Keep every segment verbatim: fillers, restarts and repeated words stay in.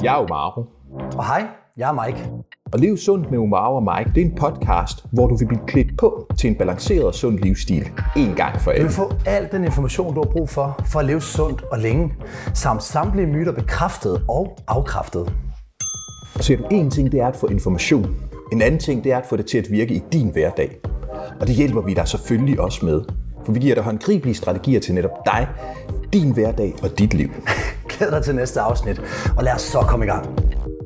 Jeg er Omaro. Og hej, jeg er Mike. Og Lev Sundt med Omaro og Mike, det er en podcast, hvor du vil blive klædt på til en balanceret og sund livsstil. En gang for alle. Du vil få al den information, du har brug for, for at leve sundt og længe. Samt samtlige myter bekræftet og afkræftet. Og så er en ting, det er at få information. En anden ting, det er at få det til at virke i din hverdag. Og det hjælper vi dig selvfølgelig også med. For vi giver dig håndgribelige strategier til netop dig, din hverdag og dit liv. Glæd dig til næste afsnit, og lad os så komme i gang.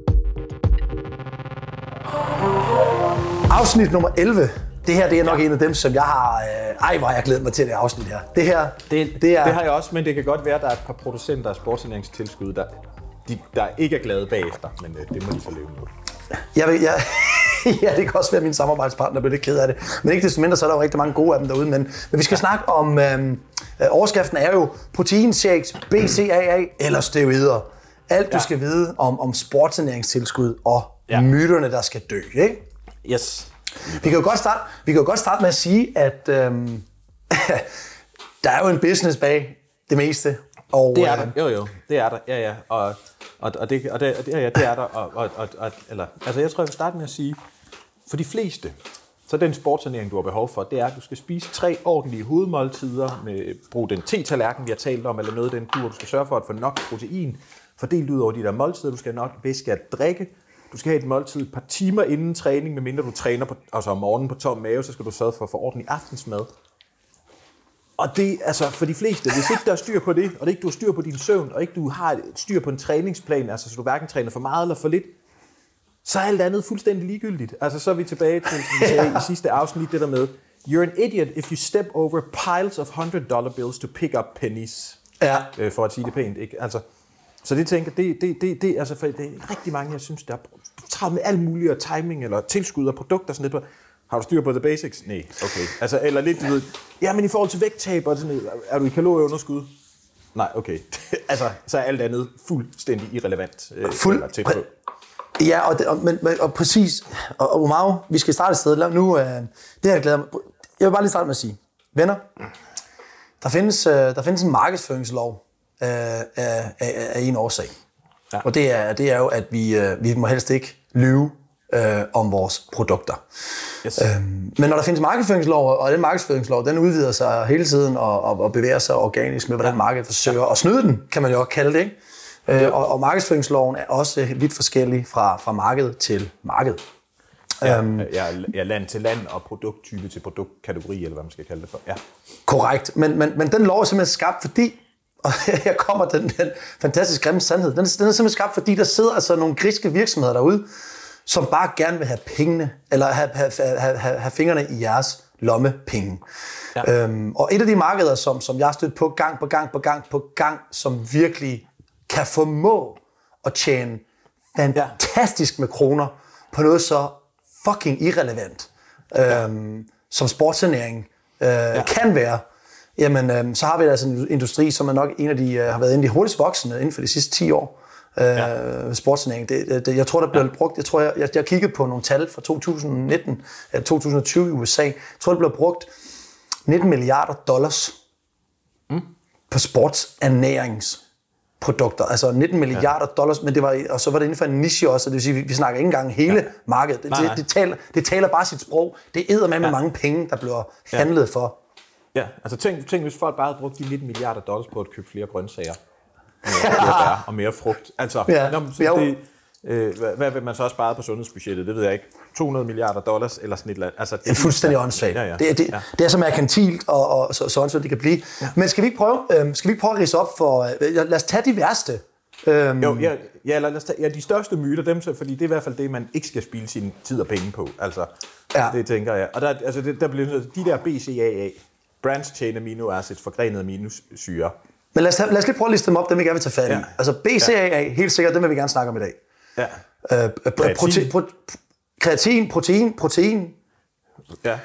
Afsnit nummer elleve. Det her det er nok ja. en af dem, som jeg har... Øh, ej, hvor har jeg glædet mig til det afsnit her. Det her, det, det er... Det har jeg også, men det kan godt være, at der er et par producenter af sportsernæringstilskud, der, de, der ikke er glade bagefter, men øh, det må de så leve med. Jeg vil, jeg, ja, det kan også være, at mine samarbejdspartner bliver lidt ked af det. Men ikke desto mindre, så er der jo rigtig mange gode af dem derude. Men, men vi skal ja. snakke om... Øh, overskriften er jo proteinshakes, B C A A eller steroider. Alt, du ja. skal vide om, om sportsernæringstilskud og ja. myterne, der skal dø, ikke? Yes. Vi kan jo godt starte, vi kan jo godt starte med at sige, at øhm, der er jo en business bag det meste. Og, det er der. Jo, jo. Det er der. Ja, ja. Og, og, og, det, og, det, og det, ja, det er der. Og, og, og, og, eller, altså, jeg tror, jeg vil starte med at sige, for de fleste, så den sportsernæring, du har behov for, det er, at du skal spise tre ordentlige hovedmåltider, med brug den te-tallerken, vi har talt om, eller noget af den dur. Du skal sørge for at få nok protein fordelt ud over de der måltider. Du skal have nok væske at drikke. Du skal have et måltid et par timer inden træning, medmindre du træner på, altså om morgenen på tom mave, så skal du sørge for at få ordentlig aftensmad. Og det, altså for de fleste, hvis ikke der er styr på det, og det ikke du har styr på din søvn, og ikke du har et styr på en træningsplan, altså så du hverken træner for meget eller for lidt, så er alt andet fuldstændig ligegyldigt. Altså så er vi tilbage til, som vi sagde i sidste afsnit, det der med, you're an idiot if you step over piles of hundred dollar bills to pick up pennies. Ja. Øh, for at sige det pænt, ikke? Altså, så det tænker det, det, det, det, altså for det er rigtig mange, jeg synes, der er travlt med alt muligt, og timing, eller tilskud og produkter, sådan lidt. Har du styr på the basics? Nej, okay. Altså, eller lidt, du ved, ja, men i forhold til vægttab, og sådan, er du i kalorieunderskud? Nej, okay. Altså, så er alt andet fuldstændig irrelevant. Øh, Fuld... Præ- ja, og, det, og, men, og præcis. Og, og Omaro, vi skal starte et sted. Lad, nu, øh, det her jeg glæder mig. Jeg vil bare lige starte med at sige, venner, der findes, øh, der findes en markedsføringslov øh, af, af, af en årsag. Ja. Og det er, det er jo, at vi, øh, vi må helst ikke lyve øh, om vores produkter. Yes. Øhm, men når der findes markedsføringslov, og den markedsføringslov, den udvider sig hele tiden og, og, og bevæger sig organisk med, hvordan ja. markedet forsøger at snyde den, kan man jo også kalde det, ikke? Øh, og, og markedsføringsloven er også vidt forskellig fra, fra marked til marked. Ja, øhm, ja, ja, land til land og produkttype til produktkategori, eller hvad man skal kalde det for. Ja. Korrekt, men, men, men den lov er simpelthen skabt, fordi, og her kommer den, den fantastisk grimme sandhed, den, den er simpelthen skabt, fordi der sidder altså nogle griske virksomheder derude, som bare gerne vil have pengene, eller have, have, have, have, have fingrene i jeres lommepenge. Ja. Øhm, og et af de markeder, som, som jeg har stødt på gang på gang på gang på gang, som virkelig kan formå at tjene fantastisk med kroner på noget så fucking irrelevant, ja. øhm, som sportsernæring øh, ja. kan være, jamen øh, så har vi altså en industri, som er nok en af de, øh, har været en af de hurtigst voksende inden for de sidste ti år. Øh, ja. Sportsernæring. Det, det, jeg tror, der blev ja. brugt, jeg tror, jeg, jeg, jeg kiggede på nogle tal fra to tusind nitten, eller to tusind tyve i U S A. Jeg tror, der blev brugt nitten milliarder dollars mm. på sportsernærings produkter, altså nitten milliarder dollars, men det var, og så var det inden for en niche også, det vil sige, vi, vi snakker ikke engang hele ja. markedet. Det, nej, nej. Det, det, taler, det taler bare sit sprog. Det æder med med ja. mange penge, der bliver ja. handlet for. Ja, altså tænk, tænk, hvis folk bare havde brugt de nitten milliarder dollars på at købe flere grøntsager, og mere, og mere frugt. Altså, ja. når, så det, øh, hvad, hvad vil man så også spare på sundhedsbudgettet? Det ved jeg ikke. to hundrede milliarder dollars eller sådan et eller andet. Altså, det, det er fuldstændig åndssvagt. Ja, ja. Det, det, ja. det er så merkantilt og, og så, så åndssvagt det kan blive. Ja. Men skal vi ikke prøve, øh, skal vi ikke prøve at ridse op for, øh, lad os tage de værste. Øhm. Jo, ja, ja, lad os tage, ja, de største myter, dem, så, fordi det er i hvert fald det, man ikke skal spilde sin tid og penge på. Altså, ja. det tænker jeg. Og der, altså, det, der bliver de der B C A A, branched chain amino acids, forgrenede aminosyre. Men lad os, lad os lige prøve at liste dem op, dem vi gerne vil tage fat i. Ja. Altså B C A A, helt sikkert, dem vil vi gerne snakke om i dag. Ja. Øh, protein. Prote, kreatin, protein, protein. Ja.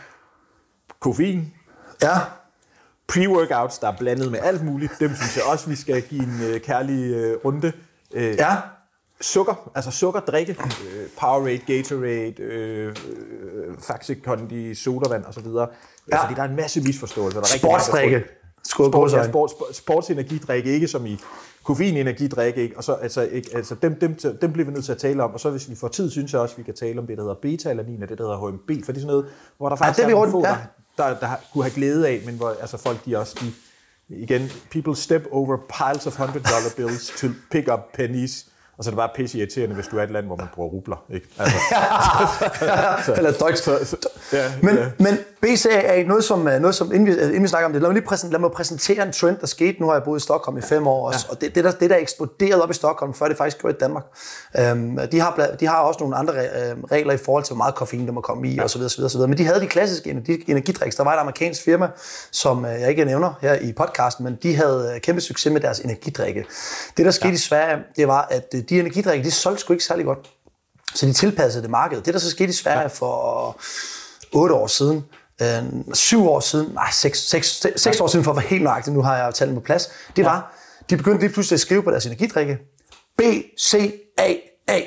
Koffein. Ja. Pre-workouts, der er blandet med alt muligt. Dem synes jeg også, vi skal give en øh, kærlig øh, runde. Øh, ja. Sukker, altså sukkerdrikke. Øh, Powerade, Gatorade, øh, øh, Faxe Kondi, sodavand osv. Ja. Fordi der er en masse misforståelser. Der er sportsdrikke. sport, ja, sport, sport, sportsenergidrik, ikke som i koffeinenergidrik, ikke? Og så, altså, ikke? Altså, dem, dem, dem bliver vi nødt til at tale om, og så hvis vi får tid, synes jeg også, vi kan tale om det, der hedder beta-alanin, og det, der hedder H M B, for det er sådan noget, hvor der faktisk ja, det er nogle få, ja. der, der, der kunne have glæde af, men hvor altså, folk, de også, de, igen, people step over piles of hundred dollar bills to pick up pennies. Og så er det bare pisse irriterende, hvis du er et land, hvor man bruger rubler. Ikke? Altså, så, eller Deutsch. Så, så, ja, men, ja. men B C A er noget som, noget som inden, vi, inden vi snakker om det, lad mig lige præsentere, lad mig præsentere en trend, der skete. Nu har jeg boet i Stockholm i fem år også, ja. og det, det, der, det der er eksploderet op i Stockholm, før det faktisk gjorde i Danmark. Um, de, har, de har også nogle andre regler i forhold til, hvor meget koffein der må komme i, ja. osv. osv., osv. Men de havde de klassiske energidriks. Der var et amerikansk firma, som jeg ikke nævner her i podcasten, men de havde kæmpe succes med deres energidrikke. Det, der skete ja. i Sverige, det var, at de energidrikke, de solgte sgu ikke særlig godt. Så de tilpassede det marked. Det, der så skete i Sverige for otte år siden, øh, syv år siden, nej, seks, seks, seks år siden, for at være helt nøjagtig, nu har jeg talt på plads, det var, de begyndte lige pludselig at skrive på deres energidrikke, B C A A.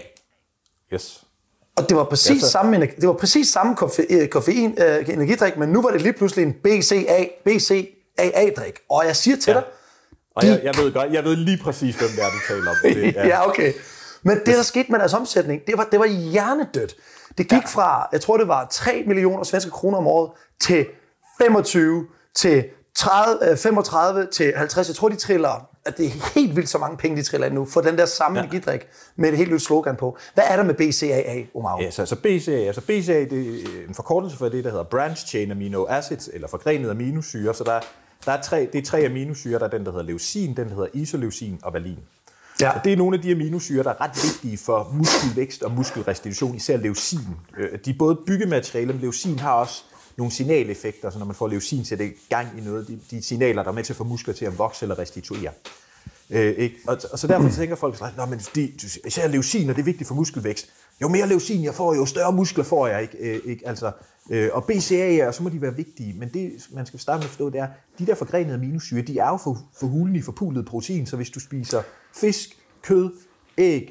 Yes. Og det var præcis yes, samme, det var præcis samme koffein, koffein øh, energidrik, men nu var det lige pludselig en B C A, B C A A-drik. Og jeg siger til ja. dig, Og de... jeg, jeg ved godt, jeg ved lige præcis, hvem det er, du taler om. Det, ja. ja, okay. Men det, der skete med deres omsætning, det var, det var hjernedødt. Det gik ja. fra, jeg tror, det var tre millioner svenske kroner om året, til femogtyve, til tredive, femogtredive, til halvtreds. Jeg tror, de triller, at det er helt vildt så mange penge, de triller nu, for den der samme ja. energidrik med et helt nyt slogan på. Hvad er der med B C A A, Omar? Ja, så, så B C A A, altså B C A A, det er en forkortelse for det, der hedder Branch Chain Amino Acids, eller forgrenede aminosyre. Så der, der er tre, det er tre aminosyre, der er den, der hedder leucin, den, der hedder isoleucin og valin. Ja. Og det er nogle af de aminosyre, der er ret vigtige for muskelvækst og muskelrestitution, især leucin. De er både byggemateriale, men leucin har også nogle signaleffekter, så når man får leucin, så er det gang i noget, de, de signaler, der er med til at få muskler til at vokse eller restituere. Øh, ikke? Og, og så derfor tænker folk, at især leucin, og det er vigtigt for muskelvækst. Jo mere leucin jeg får, jo større muskler får jeg. Ikke? Øh, ikke? Altså, øh, og B C A A, så må de være vigtige, men det, man skal starte med at forstå, det er, de der forgrenede aminosyre, de er jo for, for hulen i forpulet protein, så hvis du spiser fisk, kød, æg,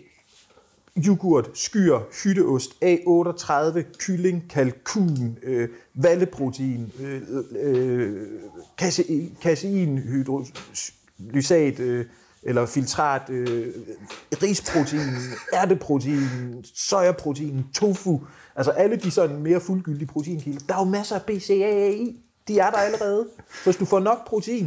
yoghurt, skyr, hytteost, A otteogtredive, kylling, kalkun, øh, valleprotein, øh, øh, kasein, kasein hydrolysat øh, eller filtrat, øh, risprotein, ærteprotein, sojaprotein, tofu, altså alle de sådan mere fuldgyldige proteinkilder. Der er jo masser af B C A A i. De er der allerede. Hvis du får nok protein,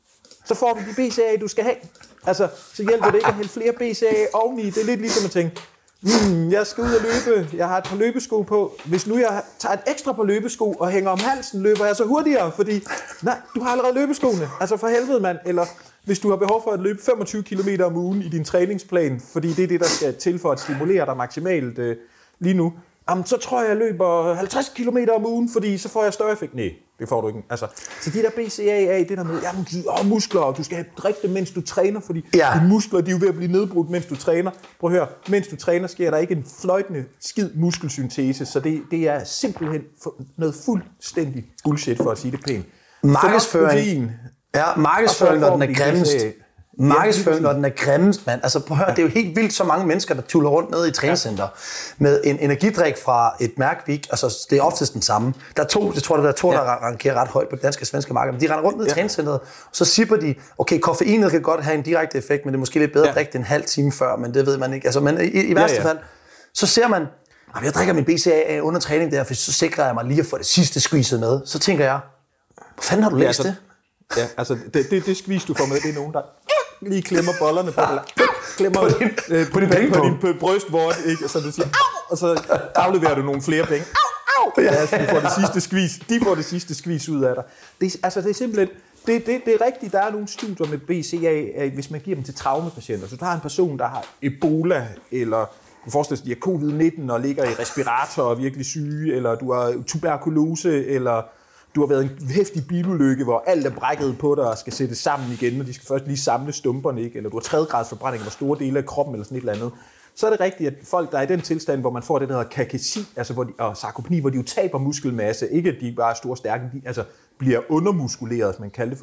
så får du de B C A A, du skal have. Altså, så hjælper det ikke at hælde flere B C A A oveni. Det er lidt ligesom at tænke, hmm, jeg skal ud og løbe, jeg har et par løbesko på. Hvis nu jeg tager et ekstra par løbesko og hænger om halsen, løber jeg så hurtigere, fordi nej, du har allerede løbeskoene. Altså for helvede, mand. Eller hvis du har behov for at løbe femogtyve kilometer om ugen i din træningsplan, fordi det er det, der skal til for at stimulere dig maksimalt øh, lige nu, jamen, så tror jeg, jeg løber halvtreds kilometer om ugen, fordi så får jeg større effekt. Nej, det får du ikke. Altså, så de der B C A A, det der med, jamen, åh, muskler, og du skal have drikke det, mens du træner, fordi ja. dine muskler, de er jo ved at blive nedbrudt, mens du træner. Prøv at høre, mens du træner, sker der ikke en fløjtende skid muskelsyntese, så det, det er simpelthen noget fuldstændig bullshit, for at sige det pænt. Markedsføring. Ja, markedsføring, når den er grimmest. Markedsføring, når den er grimmest, mand. Altså, prøv at høre, det er jo helt vildt så mange mennesker, der tuller rundt nede i træningscenter ja. med en energidrik fra et mærke, vi ikke, altså det er oftest den samme. Der er to, jeg tror, der er to, ja. der rankerer ret højt på det danske og svenske marked, men de render rundt ned i ja. træningscenteret, og så sipper de, okay, koffeinet kan godt have en direkte effekt, men det er måske lidt bedre ja. at drikke det en halv time før, men det ved man ikke. Altså, men i, i værste ja, ja. fald, så ser man, jeg drikker min B C A A under træning der, for så sikrer jeg mig lige at få det sidste squeezet med. Så tænker jeg, hvor fanden har du læst ja, altså, det? Ja, altså det, det, det squeeze, du får med, det er nogen, der lige klemmer bollerne på, eller, klemmer på din, øh, på din, på din, på din brystvort, ikke? Og så du siger, au! Og så afleverer du nogle flere penge. Au, au! Ja, så du får det sidste squeeze. De får det sidste squeeze ud af dig. Det, altså, det er simpelthen, det, det, det er rigtigt, der er nogle studier med B C A A, hvis man giver dem til traumepatienter. Så du har en person, der har Ebola, eller du forestiller dig, de har covid nitten og ligger i respirator og er virkelig syge, eller du har tuberkulose, eller du har været en heftig bilulykke, hvor alt er brækket på dig og skal sættes sammen igen, og de skal først lige samle stumperne, ikke? Eller du har tredje grads forbrænding over store dele af kroppen, eller sådan et eller andet. Så er det rigtigt, at folk, der er i den tilstand, hvor man får det, der hedder kakesi, altså hvor de, og sarkopeni, hvor de jo taber muskelmasse, ikke at de bare er store stærke, de altså bliver undermuskuleret, hvis man kalder det for det.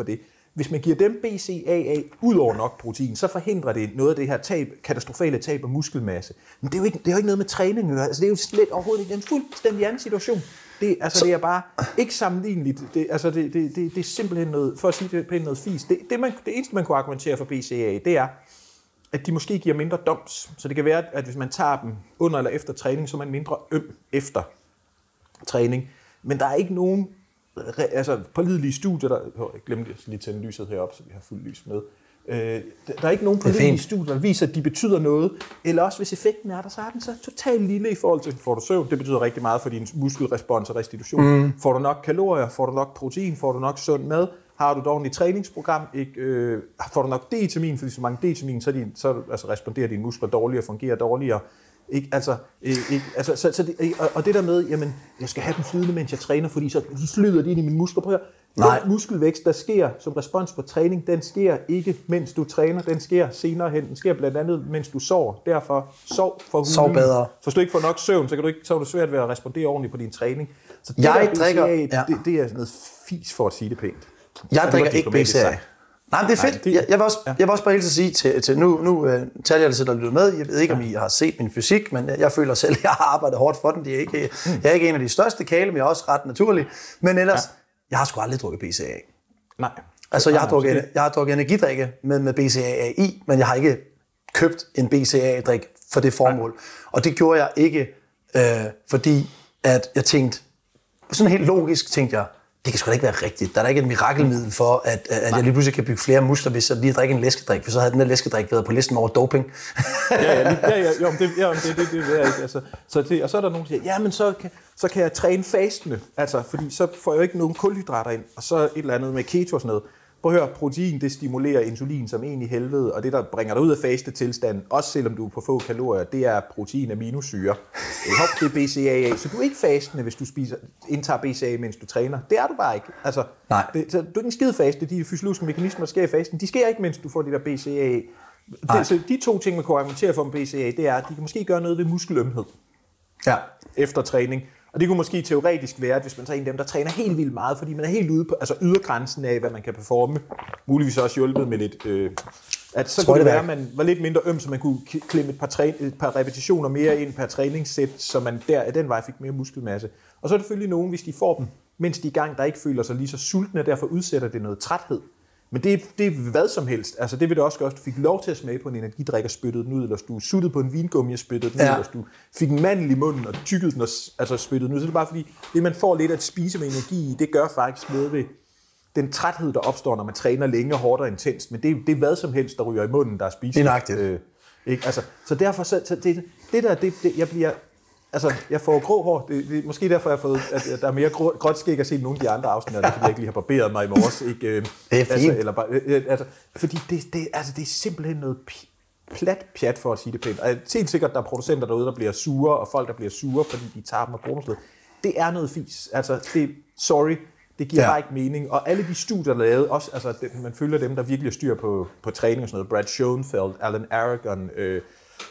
hvis man giver dem B C A A ud over nok protein, så forhindrer det noget af det her tab, katastrofale tab af muskelmasse. Men det er jo ikke, det er jo ikke noget med træning. Altså, det er jo slet overhovedet ikke en fuldstændig anden situation. Det, altså, så, det er bare ikke sammenligneligt. Det, altså, det, det, det, det er simpelthen noget, for at sige det pænt, noget fis. Det, det, man, det eneste, man kunne argumentere for B C A A, det er, at de måske giver mindre doms. Så det kan være, at hvis man tager dem under eller efter træning, så er man mindre øm efter træning. Men der er ikke nogen altså, pålidelige studier, der... Oh, jeg glemte lige at tænde lyset heroppe, så vi har fuldt lys med. Øh, der er ikke nogen pålidelige studier, der viser, at de betyder noget. Eller også, hvis effekten er der, så er den så totalt lille i forhold til, får du søvn. Det betyder rigtig meget for din muskelrespons og restitution. Mm. Får du nok kalorier, får du nok protein, får du nok sund mad, har du et ordentligt træningsprogram, ikke, øh, får du nok D-vitamin, fordi så mange D-vitamin, så, din, så altså, responderer dine muskler dårligere, fungerer dårligere. Ikke? Altså, ikke? Altså, så, så det, og, og det der med, jamen, jeg skal have dem flydende, mens jeg træner, fordi så flyder de ind i mine muskler. Prøv at høre. Den muskelvækst, der sker som respons på træning, den sker ikke, mens du træner. Den sker senere hen. Den sker blandt andet, mens du sover. Derfor, sov for hulen. Sov bedre. For hvis du ikke får nok søvn, så, kan du ikke, så er du svært ved at respondere ordentligt på din træning. Så det jeg der drikker, B C A A, ja. det, det er noget fis for at sige det pænt. Jeg drikker ikke B C A A. Nej, men det er fedt. Nej, det, jeg, jeg, vil også, ja. jeg vil også bare helt til sige, til, til nu, nu uh, taler jeg det til, der lytter med. Jeg ved ikke, om I har set min fysik, men jeg, jeg føler selv, at jeg har arbejdet hårdt for den. Det er ikke, mm. Jeg er ikke en af de største kæle, men jeg er også ret naturlig. Men ellers, ja. jeg har sgu aldrig drukket B C A A. Nej. Altså, jeg har, drukket, jeg har drukket energidrikke med, med B C A A i, men jeg har ikke købt en B C A A-drik for det formål. Nej. Og det gjorde jeg ikke, øh, fordi at jeg tænkte, sådan helt logisk tænkte jeg, det kan sgu da ikke være rigtigt. Der er da ikke et mirakelmiddel for, at, at jeg lige pludselig kan bygge flere muskler, hvis jeg lige drikker en læskedrik, for så havde den der læskedrik været på listen over doping. ja, ja, ja, ja, jo, det, ja, det, det, det, det er ikke. Altså, så det, og så er der nogen, der siger, ja, men så kan, så kan jeg træne fastende, altså, fordi så får jeg jo ikke nogen kulhydrater ind, og så et eller andet med keto og sådan noget. Prøv at høre, protein, det stimulerer insulin som en i helvede, og det, der bringer dig ud af faste tilstand, også selvom du er på få kalorier, det er protein aminosyre. Det er B C A A, så du er ikke fastende, hvis du spiser, indtager B C A A, mens du træner. Det er du bare ikke. Altså, Nej. Det, så, du er ikke en skide faste, de fysiologiske mekanismer, der sker i fasten, de sker ikke, mens du får det der B C A A. Det, så de to ting, man kan argumentere for med B C A A, det er, at de kan måske gøre noget ved muskelømhed ja. efter træning. Og det kunne måske teoretisk være, at hvis man tager en af dem, der træner helt vildt meget, fordi man er helt ude på altså ydergrænsen af, hvad man kan performe, muligvis også hjulpet med lidt, øh, at så kunne det være, at man var lidt mindre øm, så man kunne klemme et par, træ, et par repetitioner mere ind per træningssæt, så man der af den vej fik mere muskelmasse. Og så er det selvfølgelig nogen, hvis de får dem, mens de er i gang, der ikke føler sig lige så sultne, og derfor udsætter det noget træthed. Men det, det er hvad som helst. Altså det vil det også gøre, hvis du fik lov til at smage på en energidrik og spyttede den ud, eller hvis du suttede på en vingummi og spyttede den ud, ja. Eller hvis du fik en mandel i munden og tykkede den og altså spyttede den ud. Så det er bare fordi, det man får lidt at spise med energi i, det gør faktisk noget ved den træthed, der opstår, når man træner længe, hårdt og intenst. Men det, det er hvad som helst, der ryger i munden, der er spiseligt. Det er nøjagtigt. Øh, ikke? Altså, så derfor, så, så det, det der, det, det, jeg bliver... Altså, jeg får grå hår. Det, det, måske derfor, jeg har fået, at der er mere grå, gråt skæg at se nogle af de andre afsnit, fordi jeg ikke lige har barberet mig i morges. Ikke? Det er fint. Altså, eller bare, altså, fordi det, det, altså, det er simpelthen noget plat pjat, for at sige det pænt. Og helt sikkert, der er producenter derude, der bliver sure, og folk, der bliver sure, fordi de tager dem og bruger dem. Det er noget fis. Altså, det, sorry, det giver ja. bare ikke mening. Og alle de studier, der er lavet, også, altså, det, man følger dem, der virkelig styr på, på træning og sådan noget. Brad Schoenfeld, Alan Aragon, øh,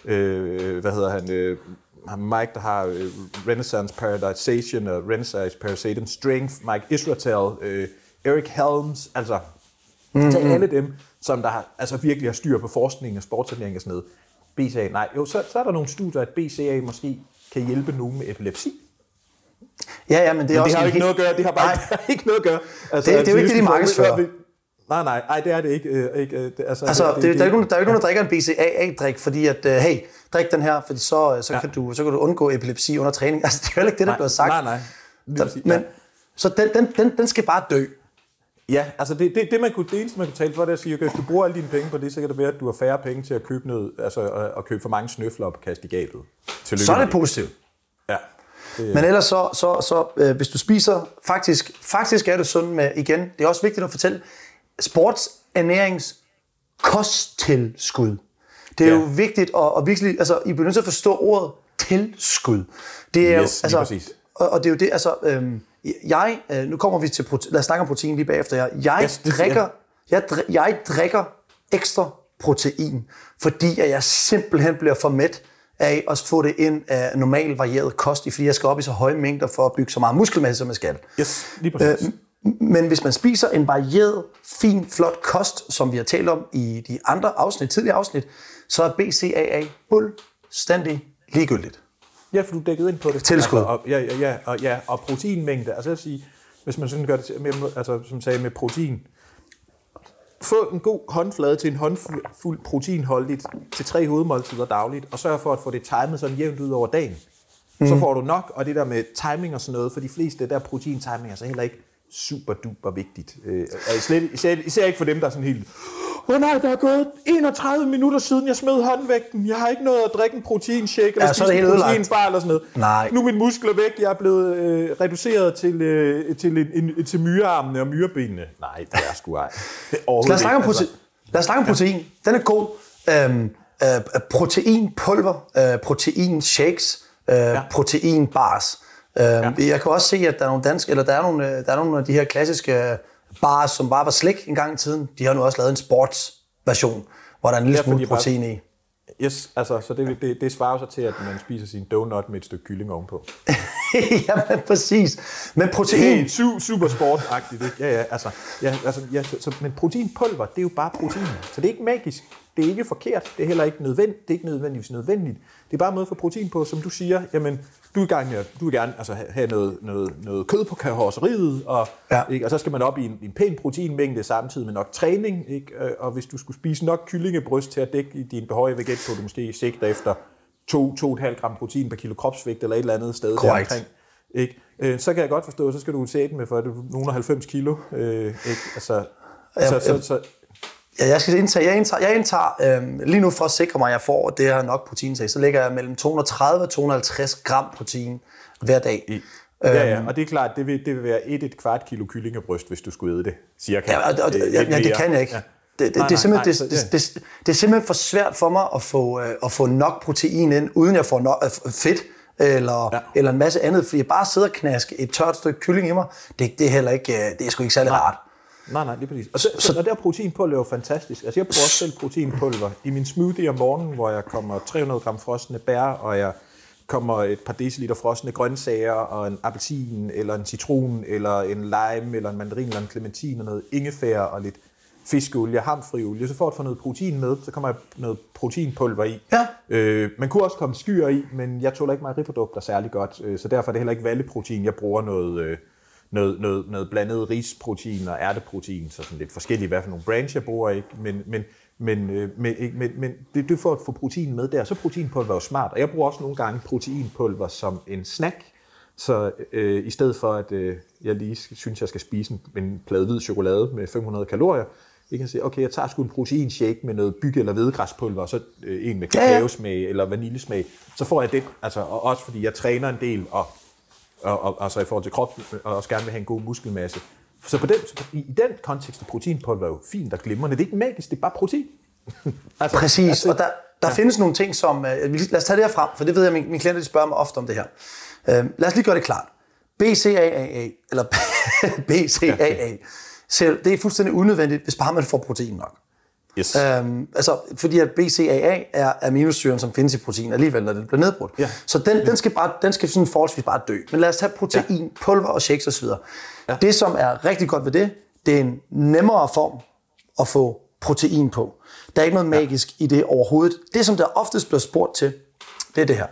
øh, hvad hedder han... Øh, Mike, der har uh, Renaissance Periodization og Renaissance Periodization Strength, Mike Israetel, uh, Eric Helms, altså mm-hmm. til alle dem, som der har, altså virkelig har styr på forskning og sportsernæring og sådan noget. B C A A, nej, jo, så, så er der nogle studier, at B C A A måske kan hjælpe nogen med epilepsi. Ja, ja, men det er men også det har ikke helt... noget at gøre, det har bare ikke, ikke noget at gøre. Altså, det, det er jo ikke det, de markedsfører. Nej, nej, nej, det er det ikke. Øh, ikke øh, altså, altså det, det, det, der er ikke nogen, der er ikke nogen, der drikker en B C A A-drik, fordi at, uh, hey, drik den her, fordi så, så, ja. kan du, så kan du undgå epilepsi under træning. Altså, det er jo ikke det, der nej, bliver sagt. Nej, nej. Der, men, ja. Så den, den, den, den skal bare dø. Ja, altså det, det, det, man kunne, det eneste, man kunne tale for, det er at sige, okay, hvis du bruger alle dine penge på det, så kan det være, at du har færre penge til at købe noget, altså at, at købe for mange snøfler og kaste i gabet. Tillykke. Så er det positivt. Ja. Det, men ellers så, så, så øh, hvis du spiser, faktisk, faktisk er det sådan med, igen, det er også vigtigt at fortælle, sportsernæringskosttilskud. Det er ja. jo vigtigt, og, og virkelig, altså, I bliver nødt til at forstå ordet tilskud. Det er yes, jo, altså, og, og det er jo det, altså, øhm, jeg, øh, nu kommer vi til, prote- lad os snakke om protein lige bagefter, jeg, jeg, yes, det, drikker, jeg, dri- jeg drikker ekstra protein, fordi at jeg simpelthen bliver for mæt af at få det ind af normal varieret kost, fordi jeg skal op i så høje mængder for at bygge så meget muskelmasse, som jeg skal. Yes, lige præcis. Øh, Men hvis man spiser en varieret, fin, flot kost, som vi har talt om i de andre afsnit, tidligere afsnit, så er B C A A fuldstændig ligegyldigt. Ja, for du dækkede ind på det. Tilskud. Altså, og, ja, ja, ja, og, ja, og proteinmængde. Altså jeg vil sige, hvis man sådan gør det med, altså, som sagde med protein, få en god håndflade til en håndfuld proteinholdigt til tre hovedmåltider dagligt, og sørg for at få det timet sådan jævnt ud over dagen. Mm. Så får du nok, og det der med timing og sådan noget, for de fleste, der protein-timing er så heller ikke super duper vigtigt. Øh, slet, især, især ikke for dem, der er sådan helt, åh oh, nej, der er gået enogtredive minutter siden, jeg smed håndvægten. Jeg har ikke noget at drikke en proteinshake eller ja, spise en proteinbar eller sådan noget. Nej. Nu er mine muskler væk. Jeg er blevet øh, reduceret til, øh, til, en, en, til myrearmene og myrebenene. Nej, det er sgu ej. Lad os snakke om protein. Lad os snakke om protein. Den er god. Øhm, øh, proteinpulver, øh, proteinshakes, øh, ja. proteinbars. Øh, ja. Jeg kan også se, at der er nogle danske, eller der er nogle, der er nogle af de her klassiske bars, som bare var slik en gang i tiden. De har nu også lavet en sportsversion, hvor der er en lille ja, smule protein bare, i. Yes, altså, så det, det, det svarer sig til, at man spiser sin donut med et stykke kylling ovenpå. Jamen, præcis. Men protein... Det er super sportagtigt, ikke? Ja, ja, altså, ja, altså ja, så, men proteinpulver, det er jo bare protein. Så det er ikke magisk. Det er ikke forkert. Det er heller ikke nødvendigt. Det er ikke nødvendigvis nødvendigt. Det er bare noget for protein på, som du siger, jamen, du, er gang, du vil gerne altså, have noget, noget, noget kød på karrosseriet, og, ja. ikke? Og så skal man op i en, en pæn proteinmængde samtidig med nok træning, ikke? Og hvis du skulle spise nok kyllingebryst til at dække din behøje vægt, så du måske sigter efter to til to komma fem gram protein per kilo kropsvægt, eller et eller andet sted der omkring. Ikke? Så kan jeg godt forstå, så skal du sætte med for nogle og halvfems kilo. Øh, ikke? Altså, ja, så, så, så, ja, jeg skal indtage, jeg indtager, jeg indtager øh, lige nu for at sikre mig, at jeg får det her nok protein til, så ligger jeg mellem to hundrede og tredive og to hundrede og halvtreds gram protein hver dag. I, ja, ja, og det er klart, det vil, det vil være et, et kvart kilo kyllingebryst, hvis du skulle æde det, cirka. Ja, og, og, ja, ja, det kan jeg ikke. Ja. Det, det, nej, det, er simpelthen, nej, nej, det, det, det, det er simpelthen for svært for mig at få, øh, at få nok protein ind, uden jeg får nok, øh, fedt eller, ja. eller en masse andet, fordi jeg bare sidder og knasker et tørt stykke kylling i mig, det, det er heller ikke, det er sgu ikke særlig nej. rart. Nej, nej, lige præcis. Og, så, så, og der proteinpulver er jo fantastisk. Altså jeg bruger også selv proteinpulver i min smoothie om morgenen, hvor jeg kommer tre hundrede gram frosne bær, og jeg kommer et par deciliter frosne grøntsager, og en appelsin, eller en citron, eller en lime, eller en mandarin, eller en clementin, og noget ingefær, og lidt fiskeolie, hamfri olie. Så for at få noget protein med, så kommer jeg noget proteinpulver i. Ja. Øh, man kunne også komme skyer i, men jeg tåler ikke mejeriprodukter særlig godt, øh, så derfor er det heller ikke valleprotein. Jeg bruger noget... Øh, Noget, noget, noget blandet risprotein og ærteprotein, så sådan lidt forskelligt, hvad for nogle brands jeg bruger, ikke? Men, men, men, men, men, men det, det for at få protein med der, så proteinpulver er jo smart, og jeg bruger også nogle gange proteinpulver som en snack, så øh, i stedet for, at øh, jeg lige synes, jeg skal spise en, en plade hvid chokolade med fem hundrede kalorier, jeg kan sige, okay, jeg tager sgu en proteinshake med noget bygge- eller hvedegræspulver, og så øh, en med kakaosmag eller vaniljesmag, så får jeg det, altså, og også fordi jeg træner en del, og Og, og, altså i forhold til krop, og også gerne vil have en god muskelmasse. Så på den, i, i den kontekst er proteinpulver jo fint og glimrende. Det er ikke magisk, det er bare protein. altså, Præcis, altså, og der, der ja. findes nogle ting, som... Uh, lad os tage det her frem, for det ved jeg, at mine klienter spørger mig ofte om det her. Uh, lad os lige gøre det klart. B C A A, eller B C A A, det er fuldstændig unødvendigt, hvis bare man får protein nok. Yes. Øhm, altså, fordi at B C A A er aminosyren, som findes i protein alligevel, når den bliver nedbrudt. Ja. Så den, den skal, bare, den skal sådan forholdsvis bare dø. Men lad os tage protein, ja. pulver og shakes osv. Ja. Det, som er rigtig godt ved det, det er en nemmere form at få protein på. Der er ikke noget magisk ja. i det overhovedet. Det, som der oftest bliver spurgt til, det er det her.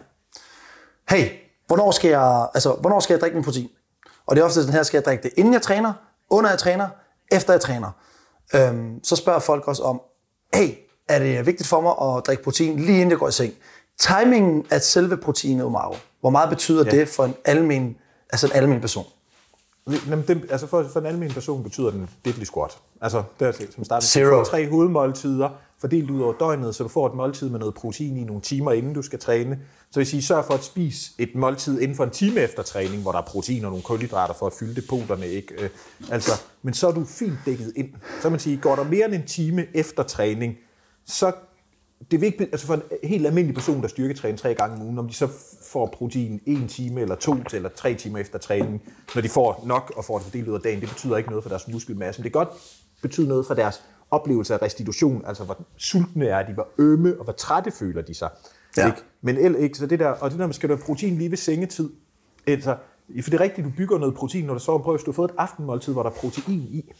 Hey, hvornår skal jeg, altså, hvornår skal jeg drikke min protein? Og det er ofte den her, skal jeg drikke det inden jeg træner, under jeg træner, efter jeg træner. Øhm, så spørger folk også om, hey, er det vigtigt for mig at drikke protein lige inden jeg går i seng? Timingen af selve proteinet, Omaro, hvor meget betyder ja. det for en almen, altså en almen person? Jamen, det, altså for, for en almen person betyder den diddly squat. Altså, der som starter, Zero. Du får tre hovedmåltider fordelt ud over døgnet, så du får et måltid med noget protein i nogle timer, inden du skal træne. Så hvis I sørger for at spise et måltid inden for en time efter træning, hvor der er protein og nogle kulhydrater for at fylde depoterne, ikke? Øh, altså, men så er du fint dækket ind. Så man sige, går der mere end en time efter træning, så det er vigtigt, altså for en helt almindelig person, der styrketræner tre gange om ugen, om de så får protein en time eller to eller tre timer efter træning, når de får nok og får det fordelt ud af dagen, det betyder ikke noget for deres muskelmasse. Men det kan godt betyde noget for deres oplevelse af restitution, altså hvor sultne er de, hvor ømme og hvor trætte føler de sig. Ja. Ikke? Men ikke, så det der, og det der, skal du have protein lige ved sengetid, altså For det er rigtigt, du bygger noget protein, når du så prøver, hvis du har fået et aftenmåltid, hvor der er protein i,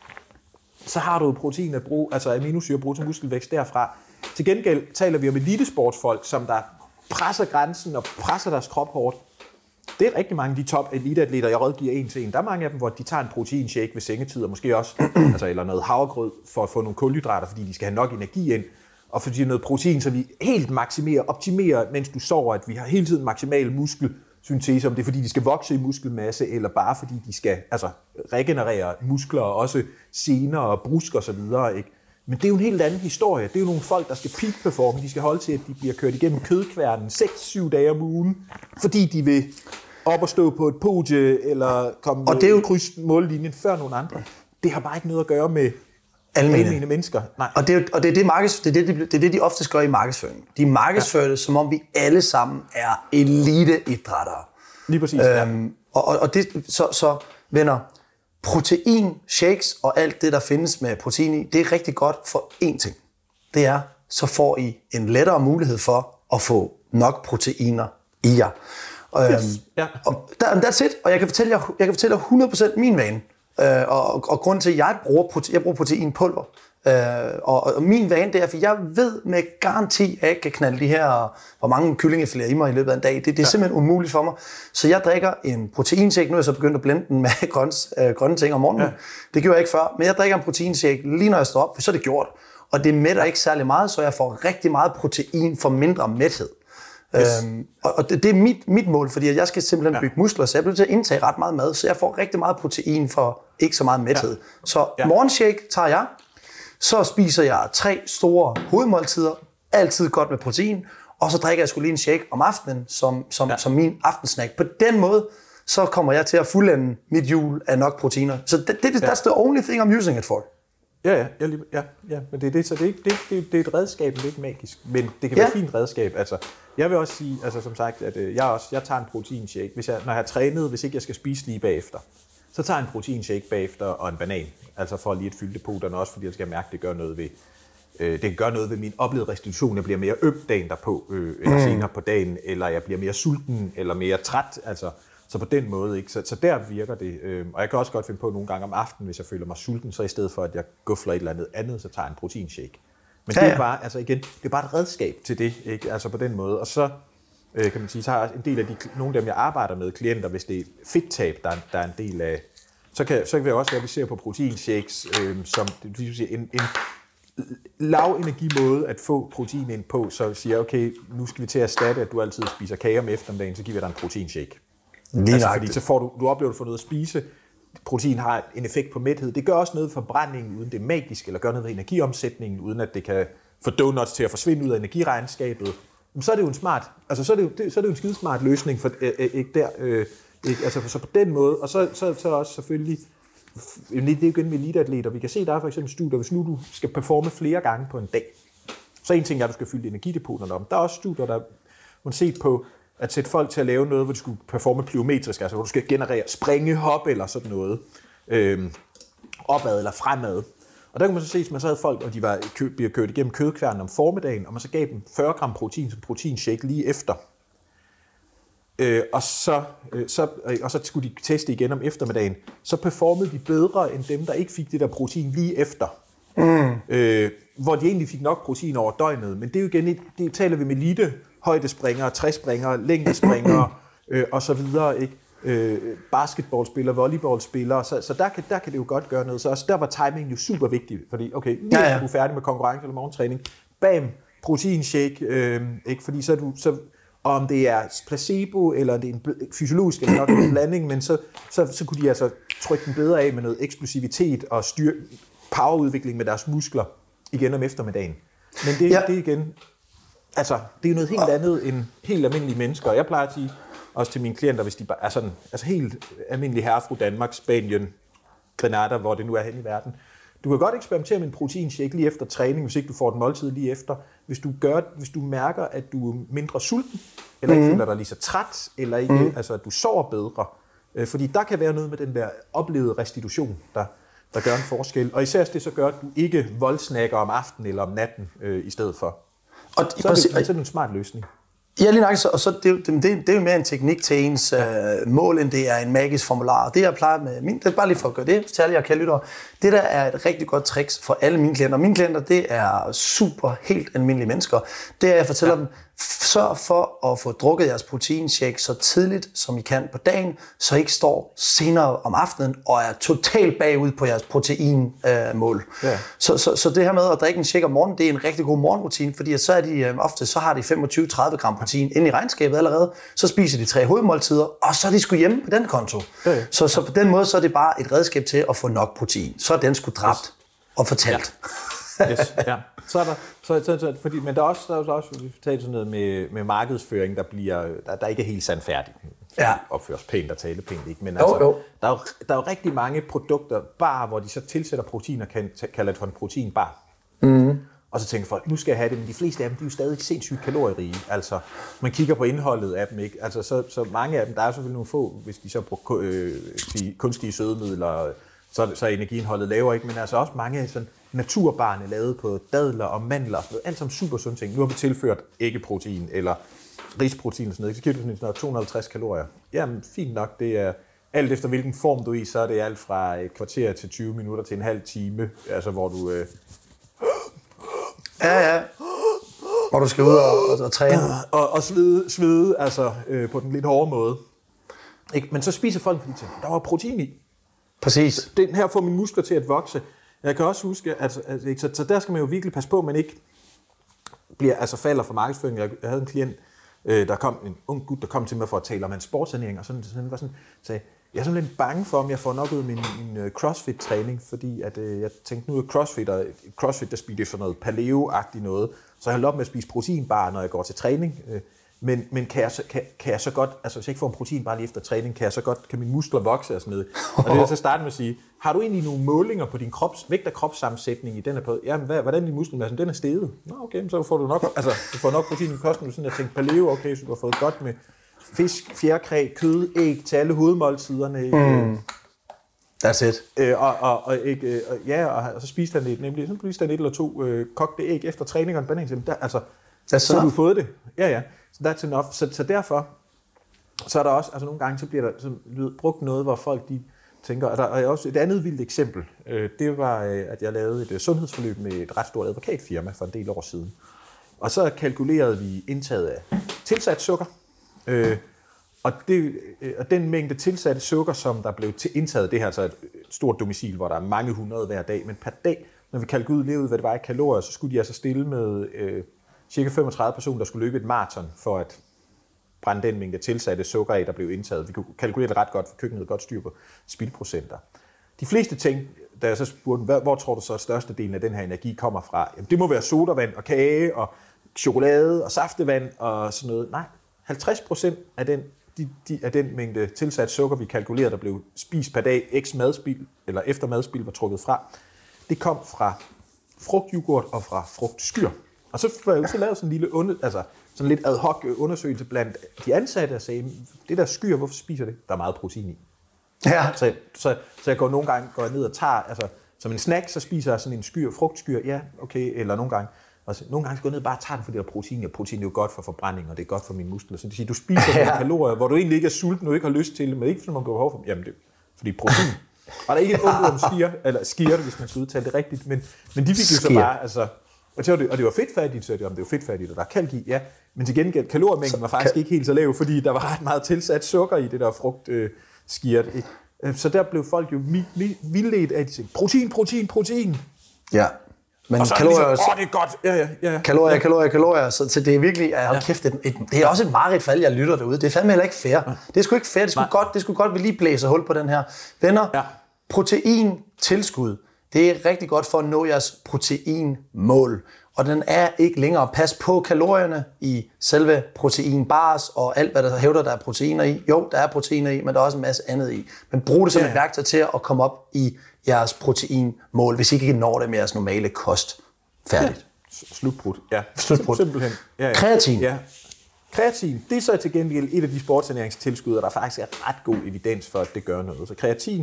så har du protein at bruge, altså aminosyre at bruge til muskelvækst derfra. Til gengæld taler vi om elitesportsfolk, som der presser grænsen og presser deres krop hårdt. Det er rigtig mange af de top eliteatleter, jeg rådgiver en til en. Der er mange af dem, hvor de tager en proteinshake ved sengetid, og måske også altså, eller noget havregrød for at få nogle kulhydrater, fordi de skal have nok energi ind. Og fordi noget protein, så vi helt maksimerer, optimerer, mens du sover, at vi har hele tiden maksimal muskelsyntese, om det er fordi, de skal vokse i muskelmasse, eller bare fordi de skal altså, regenerere muskler, og også sener og brusk og så videre, ikke? Men det er jo en helt anden historie. Det er jo nogle folk, der skal peak-performe. De skal holde til, at de bliver kørt igennem kødkværnen seks til syv dage om ugen, fordi de vil op og stå på et podie, eller komme og det er jo kryds mållinjen før nogle andre. Det har bare ikke noget at gøre med almene, almene mennesker. Nej. Og det er, og det er det, markeds, det, er det, de, det er det, de oftest gør i markedsføring. De markedsfører det, ja. Som om vi alle sammen er eliteidrættere. Lige præcis, øhm, ja. Og, og det, så, så venner, protein, shakes og alt det, der findes med protein i, det er rigtig godt for én ting. Det er, så får I en lettere mulighed for at få nok proteiner i jer. Yes. Øhm, ja. Og that's it. Og jeg kan fortælle jer, jeg kan fortælle jer hundrede procent min vane. Øh, og, og grunden til, at jeg bruger, prote, jeg bruger proteinpulver. Øh, og, og min vane, det er, for jeg ved med garanti, at jeg ikke kan knalde de her, hvor mange kyllingefiléer i mig i løbet af en dag. Det, det er ja. Simpelthen umuligt for mig. Så jeg drikker en proteinshake. Nu er jeg så begyndt at blende den med grøns, øh, grønne ting om morgenen. Ja. Det gjorde jeg ikke før. Men jeg drikker en proteinshake lige når jeg står op, for så er det gjort. Og det mætter ikke særlig meget, så jeg får rigtig meget protein for mindre mæthed. Yes. Øhm, og det, det er mit, mit mål, fordi jeg skal simpelthen ja. Bygge muskler, så jeg bliver til at indtage ret meget mad, så jeg får rigtig meget protein for ikke så meget mæthed. Ja. Så ja. Morgenshake tager jeg, så spiser jeg tre store hovedmåltider, altid godt med protein, og så drikker jeg sgu lige en shake om aftenen som, som, ja. Som min aftensnack. På den måde, så kommer jeg til at fuldende mit hjul af nok proteiner. Så det, det, det, ja. That's the only thing I'm using it for. Ja, ja, ja, ja, ja, men det er det, så det er, ikke, det, det, det er et redskab, det er ikke magisk, men det kan være ja. Et fint redskab. Altså, jeg vil også sige, altså som sagt, at jeg også, jeg tager en proteinshake, hvis jeg, når jeg har trænet, hvis ikke jeg skal spise lige bagefter, så tager jeg en proteinshake bagefter og en banan, altså for lige at fylde depoterne også, fordi jeg skal mærke, at det gør noget ved, øh, det kan gøre noget ved min oplevede restitution. Jeg bliver mere øm dagen derpå, øh, eller mm. senere på dagen, eller jeg bliver mere sulten, eller mere træt, altså. Så på den måde, ikke? Så, så der virker det. Øh, og jeg kan også godt finde på nogle gange om aftenen, hvis jeg føler mig sulten, så i stedet for, at jeg gufler et eller andet andet, så tager jeg en proteinshake. Men ja, ja. Det er bare, altså igen, det er bare et redskab til det, ikke? Altså på den måde. Og så øh, kan man sige, så har en del af de, nogle af dem, jeg arbejder med, klienter, hvis det er fedttab, der, der er en del af, så kan, så kan det også være, at vi ser på proteinshakes, øh, som det vil sige, en, en lav energimåde at få protein ind på, så siger jeg, okay, nu skal vi til at erstatte, at du altid spiser kage om eftermiddagen, så giver vi dig en proteinshake. Altså, fordi så får du, du oplever, at du får noget at spise. Protein har en effekt på mæthed. Det gør også noget for forbrændingen, uden det er magisk, eller gør noget ved energiomsætningen, uden at det kan få donuts til at forsvinde ud af energiregnskabet. Men så er det jo en smart, altså så er det jo, det, så er det jo en skidesmart løsning for øh, ikke der, øh, ikke, altså så på den måde. Og så så så også selvfølgelig, det er jo igen med eliteatleter. Vi kan se, der er for eksempel studier, hvis nu du skal performe flere gange på en dag. Så en ting er, at du skal fylde energidepoterne om. Der er også studier, der man set på at sætte folk til at lave noget, hvor de skulle performe plyometrisk, altså hvor du skal generere springe, hop eller sådan noget, øhm, opad eller fremad. Og der kunne man så se, at man så havde folk, og de var bliver kørt igennem kødkværnen om formiddagen, og man så gav dem fyrre gram protein som proteinshake lige efter. Øh, og, så, øh, så, øh, og så skulle de teste igen om eftermiddagen. Så performede de bedre end dem, der ikke fik det der protein lige efter. Mm. Øh, hvor de egentlig fik nok protein over døgnet. Men det er jo igen, det taler vi med elite, højdespringere, træspringere, længdespringere øh, og så videre, ikke? Øh, basketballspillere, volleyballspillere, så, så der, kan, der kan det jo godt gøre noget. Så også der var timingen jo super vigtig, fordi okay, lige ja, ja. Er du færdig med konkurrence eller morgentræning, bam, proteinshake, øh, ikke? Fordi så er du, så, om det er placebo, eller det er en fysiologisk, eller nok en blanding, men så, så, så kunne de altså trykke den bedre af med noget eksplosivitet og styr, powerudvikling med deres muskler igen om eftermiddagen. Men det, ja. Det igen, altså, det er noget helt andet end helt almindelige mennesker. Jeg plejer at sige, også til mine klienter, hvis de bare er sådan, altså helt almindelige herre fra Danmark, Spanien, Grenada, hvor det nu er hen i verden. Du kan godt eksperimentere med en proteinshake lige efter træning, hvis ikke du får et måltid lige efter. Hvis du, gør, hvis du mærker, at du er mindre sulten, eller ikke mm. føler dig lige så træt, eller ikke, mm. altså, at du sover bedre. Fordi der kan være noget med den der oplevede restitution, der, der gør en forskel. Og især det så gør, at du ikke voldsnakker om aftenen eller om natten øh, i stedet for. Og så er det, så er det en smart løsning. Ja, lige nok. Og så det, det, det, det er jo mere en teknik til ens øh, mål, end det er en magisk formular. Og det, jeg plejer med min, det er bare lige for at gøre det, til alle jer kan lytte over. Det der er et rigtig godt trick for alle mine klienter. Og mine klienter, det er super helt almindelige mennesker. Det er, at jeg fortæller ja. dem, sørg for at få drukket jeres proteinshake så tidligt, som I kan på dagen, så I ikke står senere om aftenen og er totalt bagud på jeres proteinmål. Øh, ja. så, så, så det her med at drikke en shake om morgenen, det er en rigtig god morgenrutine, fordi så er de øh, ofte så har de femogtyve til tredive gram protein inde i regnskabet allerede, så spiser de tre hovedmåltider, og så er de sgu hjemme på den konto. Ja, ja. Så, så på den måde så er det bare et redskab til at få nok protein. Så er den sgu dræbt yes. og fortalt. Ja. Yes, ja. Så er der, så, så, så, fordi, men der er også, der er også vi taler sådan noget med, med markedsføring, der, bliver, der, der ikke er helt sandfærdig. Ja. Opføres pænt og tale pænt, ikke? Men altså, jo, jo. Der, er jo, der er jo rigtig mange produkter, bare hvor de så tilsætter protein og kan kalde det for en proteinbar. Mm. Og så tænker folk, nu skal jeg have det, men de fleste af dem, de er jo stadig sindssygt kalorierige. Altså, man kigger på indholdet af dem, ikke? Altså, så, så mange af dem, der er selvfølgelig nogle få, hvis de så bruger øh, kunstige sødemidler, så, så er energiindholdet lavere, ikke? Men altså også mange sådan naturbarne lavet på dadler og mandler, alt som super sunde ting. Nu har vi tilført æggeprotein eller risprotein og sådan noget. Så giver du sådan noget to hundrede og halvtreds kalorier. Jamen, fint nok. Det er alt efter hvilken form du er i, så er det alt fra et kvarter til tyve minutter til en halv time, altså hvor du... Øh... Ja, ja. Hvor du skal ud og, og, og træne. Og, og svede, svede altså øh, på den lidt hårde måde. Ikke? Men så spiser folk, fordi der var protein i. Præcis. Den her får mine muskler til at vokse. Jeg kan også huske, at, at, at så, så der skal man jo virkelig passe på, at man ikke bliver, altså falder for markedsføring. Jeg, jeg havde en klient, øh, der kom, en ung gut, der kom til mig for at tale om hans sportsernæring, og sådan, sådan var sådan, sagde, jeg er sådan lidt bange for, om jeg får nok ud af min, min crossfit-træning, fordi at, øh, jeg tænkte, nu er crossfit, og crossfit, der spiser sådan noget paleo-agtigt noget, så jeg holdt op med at spise proteinbar, når jeg går til træning. Øh, Men, men kan, jeg så, kan, kan jeg så godt, altså hvis jeg ikke får en protein bare lige efter træning, kan jeg så godt, kan mine muskler vokse og sådan noget. Og det vil jeg så starte med at sige, har du egentlig nogle målinger på din krops, vægt og kropssammensætning i den her på, jamen hvad, hvordan din muskelmasse, den er steget? Nå okay, så får du nok, altså du får nok protein i kosten, du sådan at tænke paleo, okay, så du har fået godt med fisk, fjerkræ, kød, æg til alle hovedmåltiderne. Mm. That's it. Øh, og, og, og, øh, og, ja, og, og så spiste han det, nemlig, så spiste han et eller to øh, kogte æg efter træning og en banan, der, altså, så har du fået det. Ja, ja. Så that's enough. Så, så derfor, så er der også, altså nogle gange, så bliver der så brugt noget, hvor folk de tænker, og der er også et andet vildt eksempel. Det var, at jeg lavede et sundhedsforløb med et ret stort advokatfirma for en del år siden. Og så kalkulerede vi indtaget af tilsat sukker. Og, det, og den mængde tilsatte sukker, som der blev til indtaget, det her altså et stort domicil, hvor der er mange hundrede hver dag, men per dag, når vi kalkulerede ud, hvad det var i kalorier, så skulle de altså stille med øh, cirka femogtredive personer, der skulle løbe et maraton for at brænde den mængde tilsatte sukker af, der blev indtaget. Vi kunne kalkulere det ret godt, for køkkenet havde godt styr på spildprocenter. De fleste ting, da jeg så spurgte, hvor, hvor tror du så størstedelen af den her energi kommer fra? Jamen, det må være sodavand og kage og chokolade og saftevand og sådan noget. Nej, halvtreds procent af den, de, de, af den mængde tilsat sukker, vi kalkulerede, der blev spist per dag, x madspil, eller efter madspil var trukket fra, det kom fra frugtyoghurt og fra frugtskyr. Og så var jeg så lavet sådan en lille under, altså sådan lidt ad hoc undersøgelse blandt de ansatte og sagde, det der skyr, hvorfor spiser det? Der er meget protein i. Ja. Så, så, så jeg går nogle gange går jeg ned og tager, altså som en snack, så spiser jeg sådan en skyr, frugtskyr, ja, okay, eller nogle gange. Og så, nogle gange så går jeg ned og bare tager den, fordi der er protein, og protein er jo godt for forbrænding, og det er godt for mine muskler. Så det siger, du spiser ja. kalorier, hvor du egentlig ikke er sulten, og ikke har lyst til det, men ikke fordi man går behov for dem. Jamen det fordi protein. Og der er ikke et ord om skier, eller skier, hvis man skal udtale det rigtigt, men, men de fik jo så bare, altså, og det, og det var fedtfattigt, så det, om det var fedtfattigt, og der er kalk i, ja, men til gengæld, kaloriemængden var faktisk ikke helt så lav, fordi der var ret meget tilsat sukker i det der frugtskirt. Øh, så der blev folk jo vildledt af, de tænkte, protein, protein, protein. Ja. Men og så kalorier, er det ligesom, åh, det er godt. Ja, ja, ja, ja. Kalorier, kalorier, kalorier. Så, så det er virkelig, hold ja. kæft, et, et, det er også et mareridt for alle, jeg lytter derude. Det er fandme heller ikke fair. Ja. Det er sgu ikke fair. Det er sgu godt, det er sgu godt, vi lige blæser hul på den her. Venner, ja. Proteintilskud, det er rigtig godt for at nå jeres proteinmål. Og den er ikke længere. Pas på kalorierne i selve proteinbars og alt, hvad der hævder, der er proteiner i. Jo, der er proteiner i, men der er også en masse andet i. Men brug det som ja. et værktøj til at komme op i jeres proteinmål, hvis I ikke når det med jeres normale kost. Færdigt. Ja. Slutbrud. Ja. Slutbrud. Simpelthen. Ja, ja. Kreatin. Ja. Kreatin, det er så til gengæld et af de sportsernæringstilskud, der faktisk er ret god evidens for, at det gør noget. Så kreatin,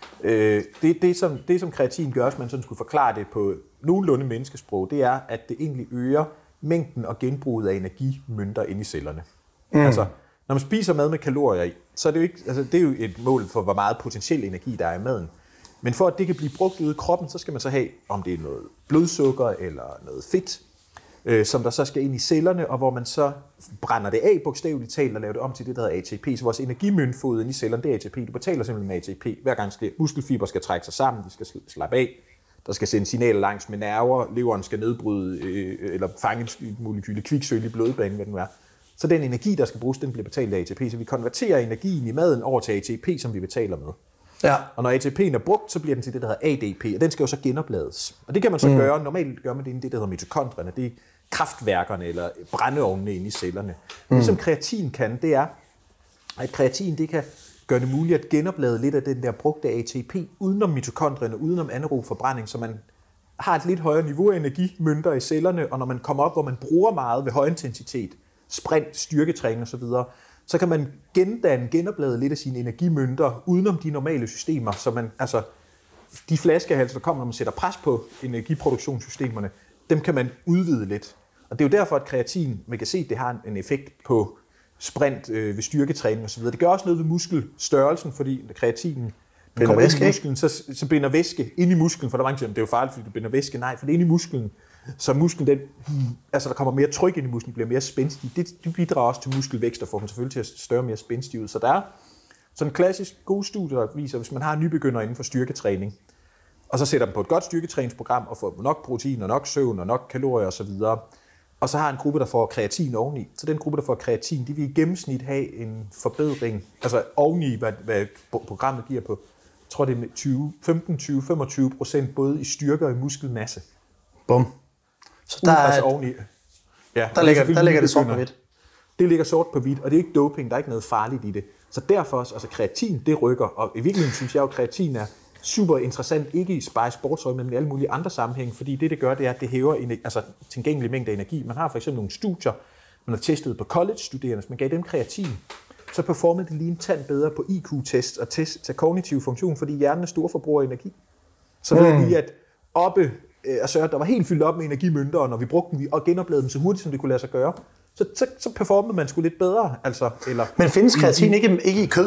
øh, det, det, som, det som kreatin gør, hvis man sådan skulle forklare det på nogenlunde menneskesprog, det er, at det egentlig øger mængden og genbruget af energimønter inde i cellerne. Mm. Altså, når man spiser mad med kalorier i, så er det jo ikke, altså, det er jo et mål for, hvor meget potentiel energi der er i maden. Men for at det kan blive brugt ude i kroppen, så skal man så have, om det er noget blodsukker eller noget fedt, øh, som der så skal ind i cellerne, og hvor man så brænder det af, bogstaveligt talt, og laver det om til det, der hedder A T P. Så vores energimøntfod inde i cellerne, det er A T P. Du betaler simpelthen med A T P. Hver gang skal muskelfiber skal trække sig sammen, de skal slappe af. Der skal sende signaler langs med nerver, leveren skal nedbryde øh, eller fange et molekyle kviksølv i blodbanen, hvad den er. Så den energi, der skal bruges, den bliver betalt af A T P. Så vi konverterer energien i maden over til A T P, som vi betaler med. Ja. Og når A T P'en er brugt, så bliver den til det, der hedder A D P, og den skal jo så genoplades. Og det kan man så mm. gøre, normalt gør man det inden det, der hedder mitokondrierne. Det er kraftværkerne eller brændeovnene inde i cellerne. Mm. Det som kreatin kan, det er, at kreatin det kan gøre det muligt at genoplade lidt af den der brugte A T P udenom mitokondrierne, udenom anaerob forbrænding, så man har et lidt højere niveau af energimønter i cellerne, og når man kommer op, hvor man bruger meget ved høj intensitet, sprint, styrketræning osv., så kan man gendanne, genoplade lidt af sine energimønter udenom de normale systemer, så man, altså de flaskehalse, der kommer, når man sætter pres på energiproduktionssystemerne, dem kan man udvide lidt. Og det er jo derfor, at kreatin, man kan se, at det har en effekt på sprint øh, ved styrketræning osv. Det gør også noget ved muskelstørrelsen, fordi kreatinen den kommer væske, ind i musklen, så, så binder væske ind i musklen, for der er mange, der siger, det er jo farligt, fordi du binder væske. Nej, for det er ind i musklen, så musklen, den, altså der kommer mere tryk ind i musklen, bliver mere spændstig. Det, det bidrager også til muskelvækst og får den selvfølgelig til at større mere spændstig ud. Så der er sådan en klassisk god studie, der viser, hvis man har nybegynder inden for styrketræning, og så sætter dem på et godt styrketræningsprogram og får nok protein og nok søvn og nok kalorier osv., og så har en gruppe, der får kreatin oveni. Så den gruppe, der får kreatin, de vil i gennemsnit have en forbedring, altså oveni, hvad, hvad programmet giver på, jeg tror det er tyve, femten, tyve, femogtyve procent både i styrke og i muskelmasse. Bum. Så der, er, altså oveni, ja, der, ligger, der ligger det sort på hvidt. Det ligger sort på hvidt, og det er ikke doping, der er ikke noget farligt i det. Så derfor, altså kreatin, det rykker, og i virkeligheden synes jeg jo, at kreatin er super interessant, ikke bare i sportsøje, men i alle mulige andre sammenhænge, fordi det, det gør, det er, at det hæver en, altså, tilgængelig mængde af energi. Man har for eksempel nogle studier, man har testet på college-studerende, hvis man gav dem kreatin, så performede det lige en tand bedre på I Q-test og test til kognitiv funktion, fordi hjernen er storforbruger af energi. Så ved mm. vi, at oppe, altså, der var helt fyldt op med energimønter, og når vi brugte dem og genoplevede dem så hurtigt, som det kunne lade sig gøre, så, så, så performede man sgu lidt bedre. Altså, eller, men findes kreatin i, ikke, ikke i kød?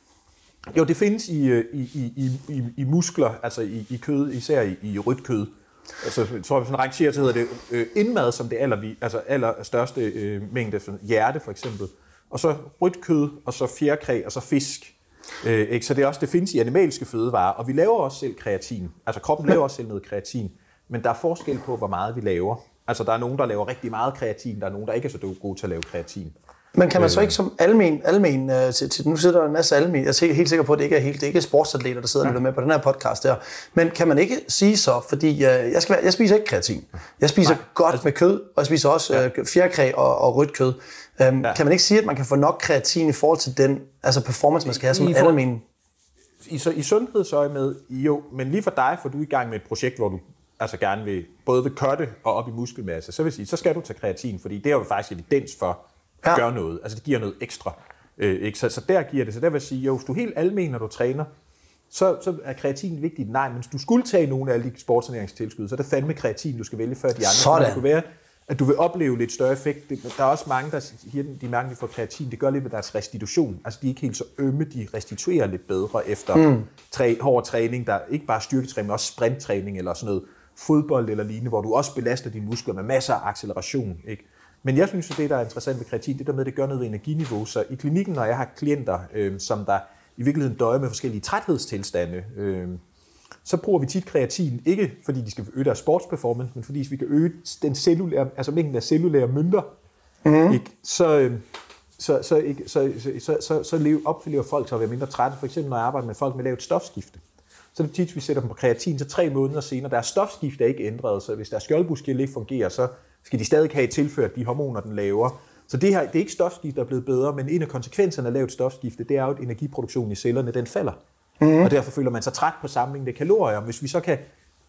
Jo, det findes i, i, i, i, i muskler, altså i, i kød, især i, i rødt kød. Altså, jeg tror, hvis man rangerer, så hedder det øh, indmad som det aller, altså allerstørste øh, mængde, hjerte for eksempel. Og så rødt kød, og så fjerkræ, og så fisk. Øh, ikke? Så det, er også, det findes i animalske fødevarer, og vi laver også selv kreatin. Altså kroppen laver også selv noget kreatin, men der er forskel på, hvor meget vi laver. Altså der er nogen, der laver rigtig meget kreatin, der er nogen, der ikke er så gode til at lave kreatin. Men kan man så ikke som almen, almen uh, til, til, nu sidder der en masse almen, jeg er helt sikker på, at det ikke er helt, det er ikke sportsatleter, der sidder og lytter med på den her podcast der, men kan man ikke sige så, fordi uh, jeg, skal være, jeg spiser ikke kreatin, jeg spiser Nej. godt altså, med kød, og jeg spiser også ja. uh, fjerkræ og, og rødt kød. Um, ja. Kan man ikke sige, at man kan få nok kreatin i forhold til den altså performance, man skal have som I, almen? I, i, i sundhedsøje med, jo, men lige for dig, for du er i gang med et projekt, hvor du altså gerne vil både vil cutte og op i muskelmasse, så vil sige, så skal du tage kreatin, fordi det er jo faktisk evidens for, ja. Gør noget. Altså det giver noget ekstra. Øh, ikke? Så, så der giver det. Så der vil jeg sige, jo, hvis du er helt almen, når du træner, så, så er kreatin vigtigt. Nej, men hvis du skulle tage nogle af alle de sportsernæringstilskud, så er det fandme kreatin, du skal vælge før de andre. Sådan. Det kunne være, at du vil opleve lidt større effekt. Der er også mange, der siger, de mærker, de får kreatin, det gør lidt med deres restitution. Altså de er ikke helt så ømme, de restituerer lidt bedre efter mm. træ, hård træning, der ikke bare styrketræning, men også sprinttræning eller sådan noget fodbold eller lignende, hvor du også belaster dine muskler med masser af acceleration, ikke? Men jeg synes, at det, der er interessant ved kreatin, det der med, at det gør noget ved energiniveau. Så i klinikken, når jeg har klienter, øh, som der i virkeligheden døjer med forskellige træthedstilstande, øh, så bruger vi tit kreatin, ikke fordi de skal øge deres sportsperformance, men fordi vi kan øge den cellulære, altså mængden af cellulære mønter, mm. ikke? Så, øh, så, så, ikke, så, så, så, så, så opfylder folk til at være mindre trætte. For eksempel, når jeg arbejder med folk med lavt stofskifte, så er det tit, vi sætter dem på kreatin, så tre måneder senere, deres stofskifte er ikke ændret, så hvis deres skjoldbuskirtel ikke fungerer, så skal de stadig have tilført de hormoner, den laver. Så det, her, det er ikke stofskifte, der er blevet bedre, men en af konsekvenserne af lavt stofskifte, det er jo, at energiproduktionen i cellerne, den falder. Mm. Og derfor føler man sig træt på samme mængde kalorier. Hvis vi så kan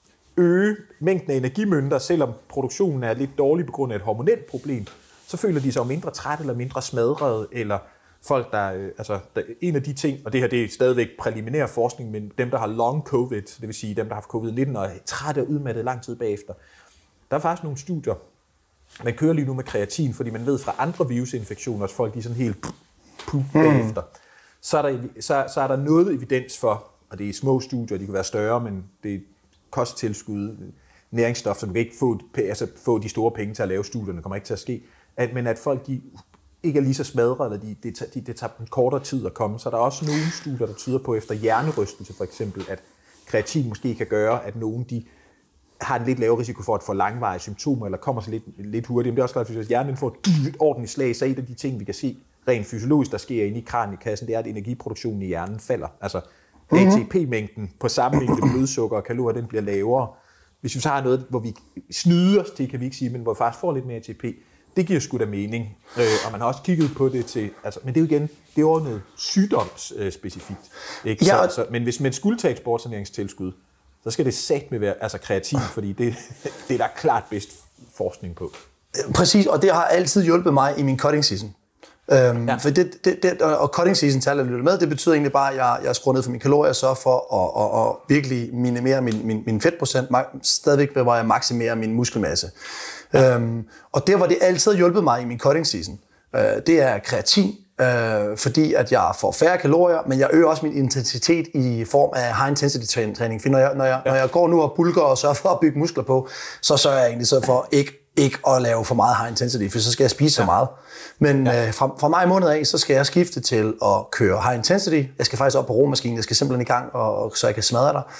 øge mængden af energimønter, selvom produktionen er lidt dårlig på grund af et hormonelt problem, så føler de sig mindre træt eller mindre smadret, eller folk, der, altså, der, en af de ting, og det her det er stadigvæk præliminær forskning, men dem, der har long covid, det vil sige dem, der har haft covid nitten og er trætte og udmattet lang tid bagefter, der er faktisk nogle studier, man kører lige nu med kreatin, fordi man ved fra andre virusinfektioner, at folk de er sådan helt puh bagefter. Så er, der, så, så er der noget evidens for, og det er små studier, de kan være større, men det er kosttilskud, næringsstof, som du kan ikke få, altså få de store penge til at lave studierne, kommer ikke til at ske, at, men at folk de ikke er lige så smadret, eller de, det, de, det tager en kortere tid at komme. Så der er også nogle studier, der tyder på, efter hjernerystelse for eksempel, at kreatin måske kan gøre, at nogen de har en lidt lavere risiko for at få langvarige symptomer, eller kommer så lidt, lidt hurtigt. Men det er også klart, at hvis hjernen får et ordentligt slag, så er et af de ting, vi kan se rent fysiologisk, der sker inde i kraniekassen, det er, at energiproduktionen i hjernen falder. Altså A T P-mængden på sammenligning med blodsukker og kalorier, den bliver lavere. Hvis vi så har noget, hvor vi snyder os til, kan vi ikke sige, men hvor vi faktisk får lidt mere A T P, det giver sgu da mening. Øh, og man har også kigget på det til, altså, men det er jo igen, det er jo noget sygdomsspecifikt. Ikke? Ja, Så, så, men hvis man skulle tage et sportssaneringstilskud, så skal det satme være altså kreatin, fordi det, det er der klart bedst forskning på. Præcis, og det har altid hjulpet mig i min cutting season. Øhm, ja. For det, det, det, og cutting season taler lidt med, det betyder egentlig bare, at jeg, jeg skruer ned for mine kalorier og sørger for at, at, at virkelig minimere min, min, min fedtprocent, stadigvæk hvor jeg maksimerer min muskelmasse. Ja. Øhm, og der, hvor det altid har hjulpet mig i min cutting season, øh, det er kreatin, øh, fordi at jeg får færre kalorier, men jeg øger også min intensitet i form af high intensity træning. For når jeg, når jeg, ja. når jeg går nu og bulker og sørger for at bygge muskler på, så sørger jeg egentlig så for ikke ikke at lave for meget high intensity, for så skal jeg spise så meget. Men ja. øh, fra, fra maj måned af, så skal jeg skifte til at køre high intensity. Jeg skal faktisk op på romaskinen, jeg skal simpelthen i gang, og, og, så jeg kan smadre dig.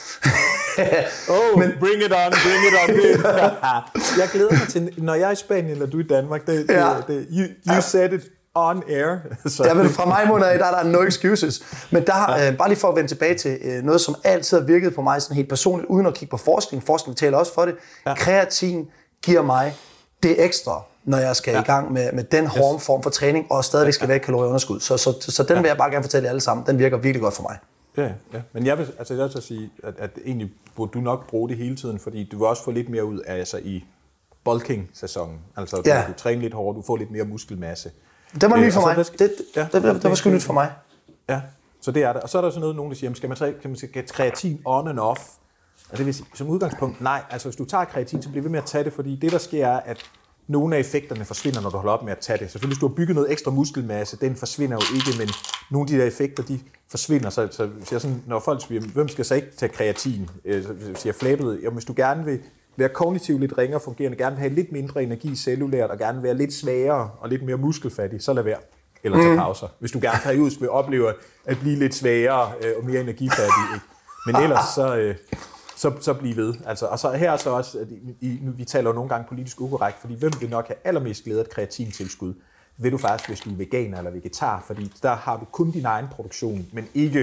oh, Men, bring it on, bring it on. Jeg glæder mig til, når jeg er i Spanien, eller du er i Danmark, det, det, ja. det, you, you ja. said it on air. Så. Ja, men fra maj måned af, der er der no excuses. Men der har, øh, bare lige for at vende tilbage til øh, noget, som altid har virket på mig sådan helt personligt, uden at kigge på forskning. Forskning taler også for det. Ja. Kreatin giver mig det ekstra, når jeg skal ja. i gang med, med den hårde yes. form for træning, og stadigvæk skal være kalorieunderskud. Så, så, så, så den ja. vil jeg bare gerne fortælle jer alle sammen. Den virker virkelig godt for mig. Ja, ja. Men jeg vil, altså jeg vil så sige, at, at egentlig burde du nok bruge det hele tiden, fordi du vil også få lidt mere ud af altså i bulking-sæsonen. Altså du, ja. du træner lidt hårdere, du får lidt mere muskelmasse. Det var nyt for mig. Det, det, ja, det, det, det var sgu nyt for mig. Ja, så det er det. Og så er der sådan noget, nogen der siger, skal man tage kan man tage kreatin on and off? Og det vil sige, som udgangspunkt, nej. Altså hvis du tager kreatin, så bliver ved med at tage det, fordi det der sker er, at nogle af effekterne forsvinder, når du holder op med at tage det. Selvfølgelig, hvis du har bygget noget ekstra muskelmasse, den forsvinder jo ikke, men nogle af de der effekter, de forsvinder. Så, så, så sådan, når folk siger, hvem skal så ikke tage kreatin? Så siger flabet, jamen hvis du gerne vil være kognitivt lidt ringere fungerende, gerne vil have lidt mindre energi cellulært, og gerne være lidt svagere og lidt mere muskelfattig, så lad være. Eller tage pauser. Hvis du gerne periodisk vil opleve at blive lidt svagere og mere energifattig. Ikke? Men ellers så... Øh, Så, så bliv ved. Altså, og så her er så også, at I, nu, vi taler jo nogle gange politisk ukorrekt, fordi hvem vil nok have allermest glæde af et kreatintilskud? Vil du faktisk, hvis du er veganer eller vegetar, fordi der har du kun din egen produktion, men ikke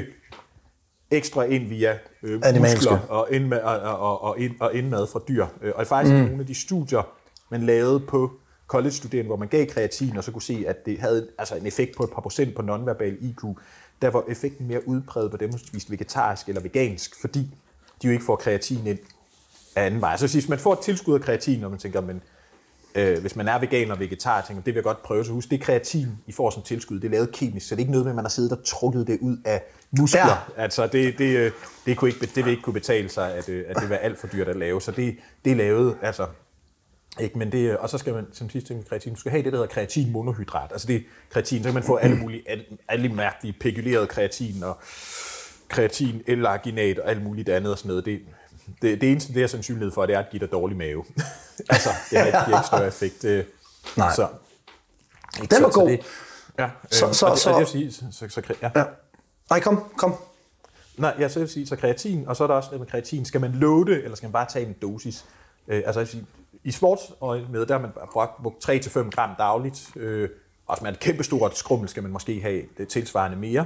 ekstra ind via øh, muskler og, ind med, og, og, og, ind, og indmad fra dyr. Og faktisk mm. nogle af de studier, man lavede på college-studerende, hvor man gav kreatin, og så kunne se, at det havde altså en effekt på et par procent på nonverbal I Q, der var effekten mere udpræget på dem, der spiste vegetarisk eller vegansk, fordi de jo ikke får kreatin ind af anden vej. Så hvis man får et tilskud af kreatin, og man tænker, men øh, hvis man er veganer og vegetar, tænker, det vil jeg godt prøve, så husk, det kreatin, I får som tilskud, det er lavet kemisk, så det er ikke noget med, at man har siddet og trukket det ud af muskler. Ja. Altså, det, det, det, kunne ikke, det vil ikke kunne betale sig, at, at det var alt for dyrt at lave. Så det, det er lavet, altså, ikke, men det, og så skal man som sidste ting kreatin, du skal have det, der hedder kreatinmonohydrat. Altså det er kreatin, så kan man få alle mulige, alle, alle mærkelige pegylerede kreatin og kreatin, L-arginat og alt muligt andet og sådan noget. Det, det, det eneste, det er sandsynlighed for, det er at give dig dårlig mave. altså, det har ikke, ikke større effekt. Nej. Så, ikke, den var så, god. Så det, ja, så, øh, så, og det, så, og det vil sige, så, så, så, ja. ja. Nej, kom, kom. Nej, ja, så vil sige, så kreatin, og så er der også det med kreatin. Skal man loade, eller skal man bare tage en dosis? Øh, altså, sige, i sportsøje med, der har man brugt tre til fem gram dagligt. Øh, og hvis man er et kæmpestort skrummel, skal man måske have det tilsvarende mere.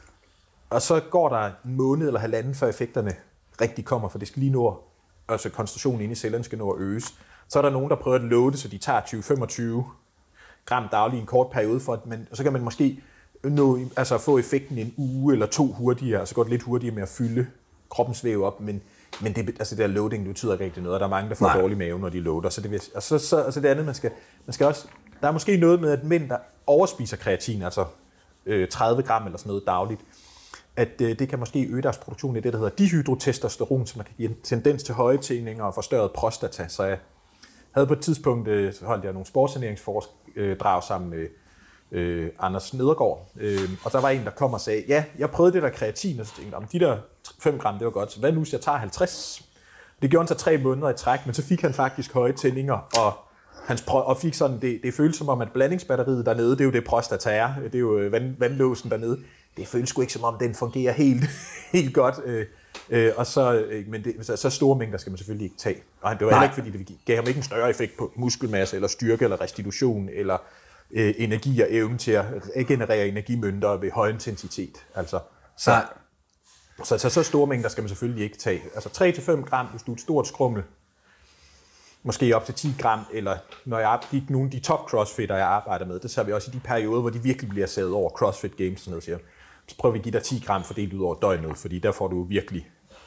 Og så går der en måned eller halvanden, før effekterne rigtig kommer, for det skal lige nå, altså koncentrationen inde i cellerne skal nå at øges. Så er der nogen, der prøver at loade, så de tager tyve til femogtyve gram dagligt i en kort periode, for at man, og så kan man måske nå, altså få effekten en uge eller to hurtigere, altså går det lidt hurtigere med at fylde kroppens væv op, men, men det, altså det der loading, det betyder ikke rigtig noget, og der er mange, der får Nej. dårlig mave, når de loader. Så det, vil, og så, så, altså det andet, man skal, man skal også, der er måske noget med, at mænd, der overspiser kreatin, altså øh, tredive gram eller sådan noget dagligt, at øh, det kan måske øge deres produktion i det, der hedder dihydrotestosteron, som kan give en tendens til høje tændinger og forstørret prostata. Så ja, havde på et tidspunkt øh, holdt jeg nogle sportssaneringsforedrag sammen med øh, Anders Nedergaard, øh, og der var en, der kom og sagde, ja, jeg prøvede det der kreatin, og så tænkte jeg, om de der fem gram, det var godt, så hvad nu, hvis jeg tager halvtreds? Det gjorde han så tre måneder i træk, men så fik han faktisk høje tændinger, og han og fik sådan, det, det føles som om, at blandingsbatteriet dernede, det er jo det prostata er, det er jo vand, vandlåsen dernede, det føles sgu ikke som om, den fungerer helt, helt godt, øh, øh, og så, øh, men det, så, så store mængder skal man selvfølgelig ikke tage. Og det var heller ikke, fordi det gav ham ikke en større effekt på muskelmasse, eller styrke, eller restitution, eller øh, energi og evne til at generere energimønter ved høj intensitet. Altså, så, så, så, så store mængder skal man selvfølgelig ikke tage. Altså tre til fem gram, hvis du er et stort skrummel, måske op til ti gram, eller når jeg gik nogle af de top crossfitter, jeg arbejder med, det ser vi også i de perioder, hvor de virkelig bliver saget over CrossFit Games, sådan noget, siger. Så prøver vi at give dig ti gram fordelt ud over døgnet, fordi der får du virkelig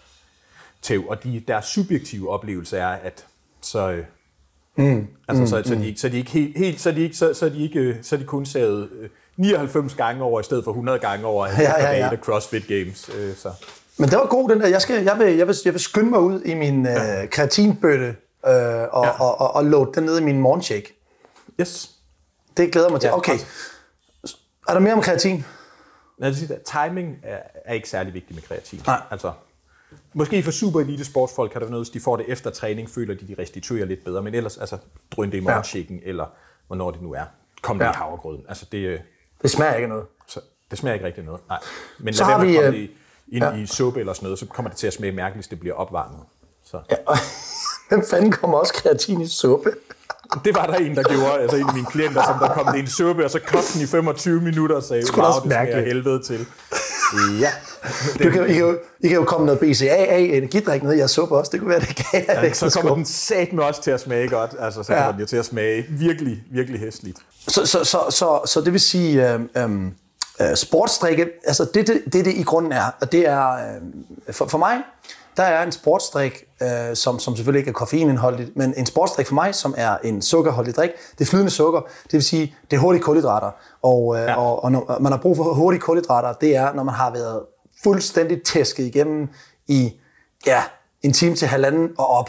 tæv. Og de, deres subjektive oplevelse er, at så, mm, altså, mm, så, så, de, så de ikke helt, helt så de ikke, så, så de ikke, så de kun saget nioghalvfems gange over, i stedet for hundrede gange over, ja, ja, ja. CrossFit Games. Så. Men det var god, den der. Jeg, skal, jeg, vil, jeg, vil, jeg vil skynde mig ud i min ja. øh, kreatinbøtte, øh, og, ja. og, og, og, og load den ned i min morgenshake. Yes. Det glæder mig til. Ja, okay. Er der mere om kreatin? Jeg vil sige, at timing er, er ikke særlig vigtig med kreatin. Nej. Altså, måske for super elite sportsfolk kan der være noget, hvis de får det efter træning, føler de, de restituerer lidt bedre. Men ellers, altså, drøn det i morgenshaken, ja. Eller hvornår det nu er. Kom det ja. i havregrøden. Altså, det, det smager ikke noget. Så, det smager ikke rigtig noget. Nej. Men så lad være med at komme vi, det ind ja. i suppe eller sådan noget, så kommer det til at smage mærkeligt, hvis det bliver opvarmet. Så. Ja. Hvem fanden kommer også kreatin i suppe? Det var der en, der gjorde, altså en af mine klienter, som der kom det i en suppe, og så kogte den i femogtyve minutter, og sagde, wow, det smager helvede til. Ja. Du kan, I, kan jo, I kan jo komme noget B C A A, energidrik ned i jeres suppe også, det kunne være, det gav ja, så kommer den satme også til at smage godt, altså så kommer ja. den jo til at smage virkelig, virkelig hæsligt. Så, så, så, så, så det vil sige, øhm, øhm, sportsdrikke, altså det det, det det i grunden er, og det er, øhm, for, for mig, der er en sportsdrik, øh, som, som selvfølgelig ikke er koffeinindholdigt, men en sportsdrik for mig, som er en sukkerholdig drik. Det er flydende sukker, det vil sige, det er hurtige kulhydrater. Og, øh, ja. og, og når man har brug for hurtige kulhydrater, det er, når man har været fuldstændig tæsket igennem i ja, en time til halvanden og op.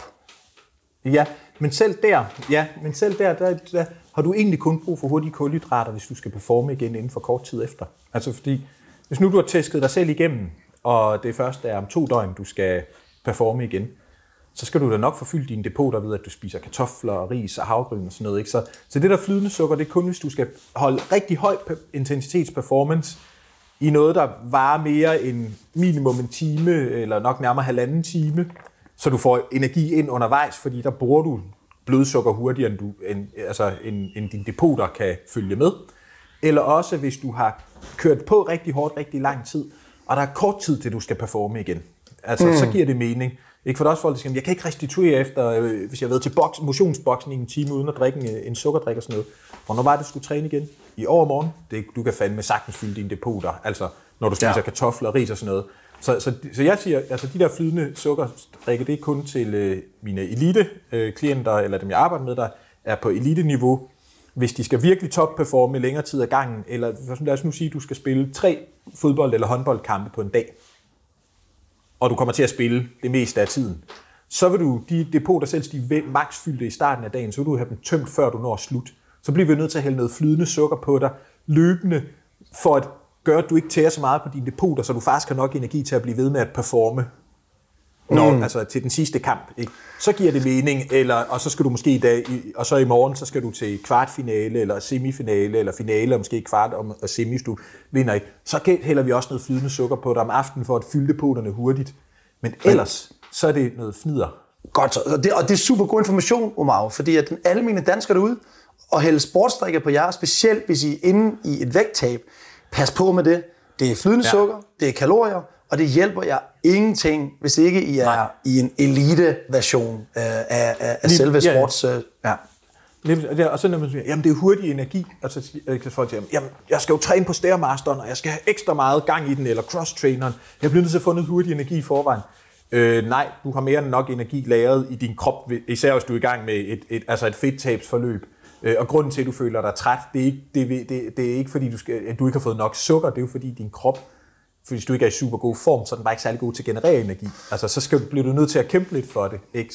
Ja, men selv der, ja, men selv der, der, der har du egentlig kun brug for hurtige kulhydrater, hvis du skal performe igen inden for kort tid efter. Altså fordi, hvis nu du har tæsket dig selv igennem, og det første er om to døgn, du skal performe igen, så skal du da nok forfylde dine depoter ved, at du spiser kartofler og ris og havregryn og sådan noget. Ikke? Så, så det der flydende sukker, det er kun, hvis du skal holde rigtig høj intensitetsperformance i noget, der varer mere end minimum en time, eller nok nærmere halvanden time, så du får energi ind undervejs, fordi der bruger du blodsukker hurtigere, end, du, end, altså, end, end dine depoter kan følge med. Eller også, hvis du har kørt på rigtig hårdt, rigtig lang tid, og der er kort tid til, du skal performe igen. Altså, mm. så giver det mening. Ikke for der også folk, der siger, jeg kan ikke restituere efter, øh, hvis jeg har været til boks, motionsboksen i en time, uden at drikke en, en sukkerdrik og sådan noget. Hvornår var det, du skulle træne igen? I overmorgen? Det, du kan fandme sagtens fylde dine depoter, altså når du spiser ja. kartofler, ris og sådan noget. Så, så, så jeg siger, altså de der flydende sukkerdrikke, det er kun til øh, mine elite-klienter, øh, eller dem jeg arbejder med, der er på elite-niveau. Hvis de skal virkelig top-performe længere tid ad gangen, eller lad os nu sige, at du skal spille tre fodbold- eller håndboldkampe på en dag, og du kommer til at spille det meste af tiden, så vil du, de depoter selv, de maks fyldte i starten af dagen, så vil du have dem tømt, før du når slut. Så bliver vi nødt til at hælde noget flydende sukker på dig løbende, for at gøre, at du ikke tærer så meget på dine depoter, så du faktisk har nok energi til at blive ved med at performe. Når, mm. altså til den sidste kamp, ikke? Så giver det mening, eller, og så skal du måske i dag, og så i morgen, så skal du til kvartfinale, eller semifinale, eller finale, og måske kvart og semi, hvis du vinder ikke. Så hælder vi også noget flydende sukker på dig om aftenen, for at fylde depoterne hurtigt. Men ellers, så er det noget fnider. Godt, og det, og det er super god information, Omar, fordi at alle mine danskere derude, og hælde sportsdrikker på jer, specielt hvis I er inde i et vægttab, pas på med det. Det er flydende ja. sukker, det er kalorier, og det hjælper jer ingenting, hvis ikke I er Nej. i en elite-version øh, af, af, af Lige, selve sports... Øh, ja. Ja. Og så når man siger, jamen det er hurtig energi, og så kan folk sige, jamen jeg skal jo træne på Stairmasteren, og jeg skal have ekstra meget gang i den, eller cross-traineren. Jeg bliver nødt til at få noget hurtig energi i forvejen. Øh, nej, du har mere end nok energi lagret i din krop, især hvis du er i gang med et, et, altså et fedttabsforløb. Øh, og grunden til, at du føler dig træt, det er ikke, det, det, det er ikke fordi, du, skal, at du ikke har fået nok sukker, det er jo fordi din krop, hvis du ikke er i super god form, så er den bare ikke særlig god til at generere energi. Altså, så skal, bliver du nødt til at kæmpe lidt for det. Ikke? Så,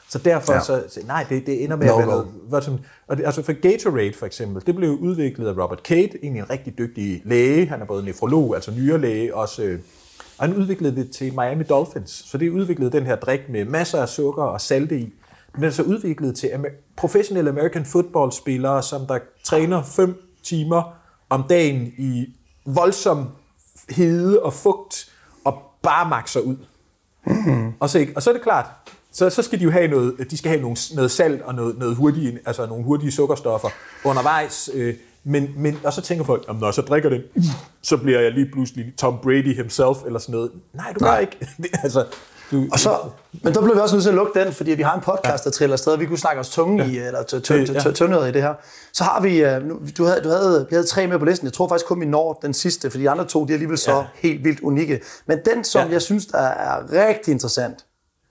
Så derfor, Ja. så, så nej, det, det ender med No, at være no. noget, hvad som, og det, altså for Gatorade for eksempel, det blev udviklet af Robert Cade, egentlig en rigtig dygtig læge, han er både nefrolog, altså nyrelæge, også, øh, og han udviklede det til Miami Dolphins, så det udviklede den her drik med masser af sukker og salte i, men den er så udviklet til amer- professionelle American football-spillere, som der træner fem timer om dagen i voldsom hede og fugt, og bare makser ud. Mm-hmm. Og, så, og så er det klart, så, så skal de jo have noget, de skal have nogle, noget salt og noget, noget hurtige, altså nogle hurtige sukkerstoffer undervejs, øh, men, men, og så tænker folk, når jeg så drikker den, så bliver jeg lige pludselig Tom Brady himself, eller sådan noget. Nej, du gør ikke. altså, du, Og så, men der blev vi også nødt til at lukke den, fordi vi har en podcast, der triller afsted, og vi kunne snakke os tunge ja. i, eller tyndere i det her. Så har vi, du havde, du havde, vi havde tre med på listen. Jeg tror faktisk kun vi når den sidste, for de andre to, de er alligevel så ja. helt vildt unikke. Men den, som ja. jeg synes, der er rigtig interessant,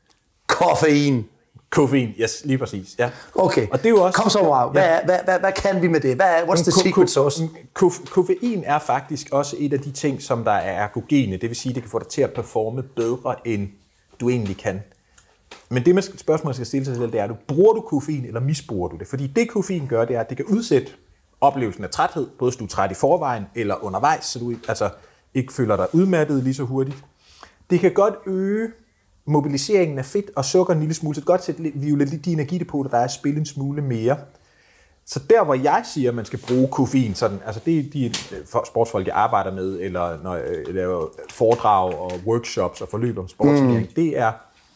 koffein. Koffein, yes, lige præcis. Ja. Okay, og det er jo også, kom så meget. Hvad, ja. hvad, hvad, hvad kan vi med det? Hvad er, what's the secret sauce? Koffein er faktisk også et af de ting, som der er ergogene. Det vil sige, det kan få dig til at performe bedre, end du egentlig kan. Men det spørgsmål, man skal stille sig selv, det er, du, bruger du koffein, eller misbruger du det? Fordi det koffein gør, det er, at det kan udsætte oplevelsen af træthed, både hvis du er træt i forvejen, eller undervejs, så du altså, ikke føler dig udmattet lige så hurtigt. Det kan godt øge mobiliseringen af fedt og sukker en lille smule, så det kan godt sætte de energidepoter, der er, spille en smule mere. Så der, hvor jeg siger, at man skal bruge koffein, sådan, altså det er de sportsfolk, jeg arbejder med, eller når jeg laver foredrag og workshops og forløb om sportsturnering, mm. det er,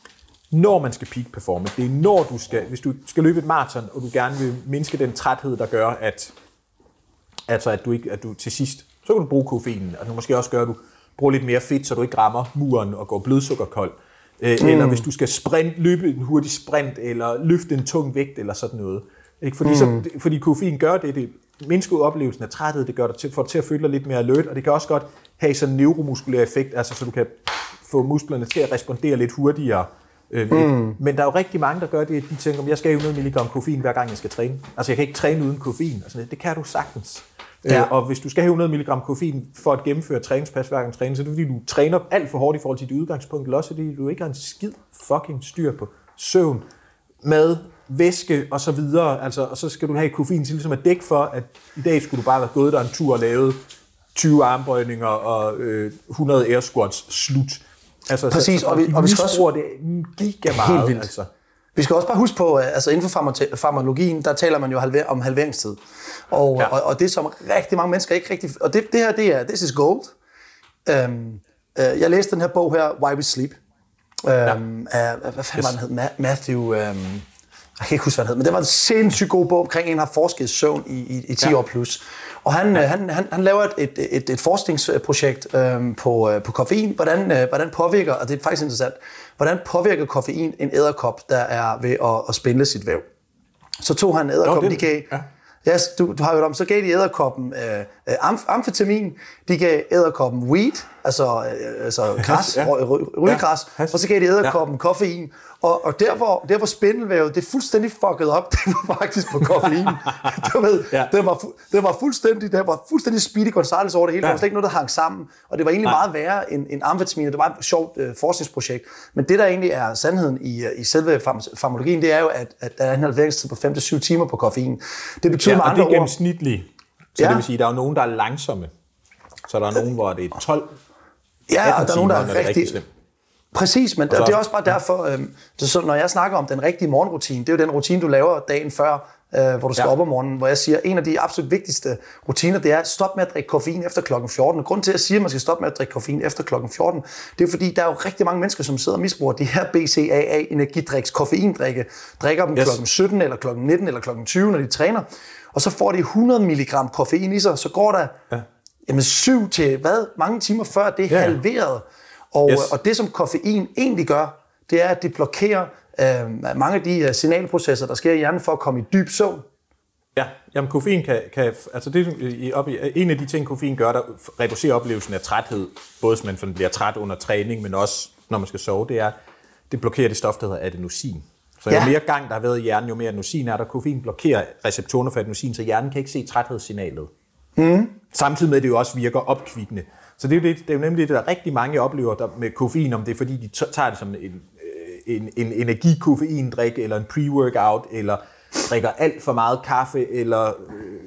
når man skal peak performe. Det er når du skal, hvis du skal løbe et maraton, og du gerne vil mindske den træthed, der gør, at, altså at, du ikke, at du til sidst, så kan du bruge koffeinen, og du måske også gøre, at du bruger lidt mere fedt, så du ikke rammer muren og går blodsukkerkold. Mm. Eller hvis du skal sprint, løbe en hurtig sprint, eller løfte en tung vægt, eller sådan noget. Ikke? Fordi, mm. så, fordi koffein gør det, det mindsker oplevelsen af træthed, det gør dig til, for til at føle dig lidt mere alert, og det kan også godt have sådan en neuromuskulær effekt, altså så du kan få musklerne til at respondere lidt hurtigere. Øh, mm. Men der er jo rigtig mange, der gør det, de tænker, at jeg skal have hundrede milligram koffein, hver gang jeg skal træne. Altså jeg kan ikke træne uden koffein, altså, det kan du sagtens. Ja. Øh, og hvis du skal have hundrede milligram koffein for at gennemføre træningspas hver gang træning, så er det fordi, du træner alt for hårdt i forhold til dit udgangspunkt, eller også fordi du ikke har en skid fucking styr på søvn, mad, væske og så videre, altså, og så skal du have koffein til ligesom at dække for, at i dag skulle du bare have gået der en tur og lavet tyve armbøjninger og øh, hundrede air squats slut. Altså, præcis, så, så, og vi, og vi skal også... det giga meget. Helt vildt. Altså. Vi skal også bare huske på, altså inden for farma- farmakologien, der taler man jo halver- om halveringstid. Og, ja. og, og det som rigtig mange mennesker ikke rigtig... Og det, det her, det er, this is gold. Um, uh, jeg læste den her bog her, Why We Sleep. Um, ja. af, hvad fanden var den hed? Ma- Matthew... Um, jeg kan ikke huske, hvad den hed, men det var en sindssygt god bog omkring en, der har forsket i søvn i, i, i ti ja. år plus. Og han, ja. han, han, han laver et, et, et forskningsprojekt øhm, på, på koffein. Hvordan, øh, hvordan påvirker, og det er faktisk interessant, hvordan påvirker koffein en edderkop, der er ved at, at spindle sit væv? Så tog han en edderkop, de gav... Ja. Yes, du, du har hørt om, så gav de edderkoppen øh, amf- amfetamin, de gav edderkoppen weed, altså, øh, altså græs, ja. rygegræs, ja. og så gav de edderkoppen ja. koffein. Og, og der, hvor, der hvor spindelvævet, det er fuldstændig fucket op, det var faktisk på koffein. Du ved, ja. det, var, det var fuldstændig, det var fuldstændig Speedy Gonzales over det hele, ja. der var slet ikke noget, der hang sammen. Og det var egentlig Nej. meget værre end, end amfetamin, og det var et sjovt øh, forskningsprojekt. Men det, der egentlig er sandheden i, i selve farmakologien, det er jo, at, at der er en halveringstid på fem til syv timer på koffein. Det betyder ja, med og andre det er gennemsnitligt. Så ja. det vil sige, at der er jo nogen, der er langsomme. Så der er nogen, hvor det er tolv ja, og der er nogen, der er rigtig, rigtig slemt. Præcis, men så, det er også bare derfor, øh, så når jeg snakker om den rigtige morgenrutine, det er jo den rutine, du laver dagen før, øh, hvor du skal ja. op om morgenen, hvor jeg siger, en af de absolut vigtigste rutiner, det er, stop med at drikke koffein efter klokken fjorten. Og grunden til, at jeg siger, at man skal stoppe med at drikke koffein efter klokken fjorten, det er fordi, der er jo rigtig mange mennesker, som sidder og misbruger de her B C A A-energidriks, koffeindrikke, drikker dem yes. klokken sytten, eller klokken nitten, eller klokken tyve, når de træner, og så får de hundrede milligram koffein i sig, så går der ja. jamen, syv til, hvad, mange timer før, det er ja. halveret. Og, yes. og det, som koffein egentlig gør, det er, at det blokerer øh, mange af de uh, signalprocesser, der sker i hjernen for at komme i dyb søvn. Ja, jamen koffein kan, kan altså det, en af de ting, koffein gør, der reducerer oplevelsen af træthed, både hvis man bliver træt under træning, men også når man skal sove, det er, det blokerer det stof, der hedder adenosin. Så jo ja. mere gang, der har været i hjernen, jo mere adenosin er der. Koffein blokerer receptorerne for adenosin, så hjernen kan ikke se træthedssignalet. Mm. Samtidig med, at det jo også virker opkvikkende. Så det er jo, det, det er jo nemlig det, der rigtig mange oplever der med koffein, om det er fordi, de tager det som en, en, en energikoffeindrik, eller en pre-workout, eller drikker alt for meget kaffe, eller øh,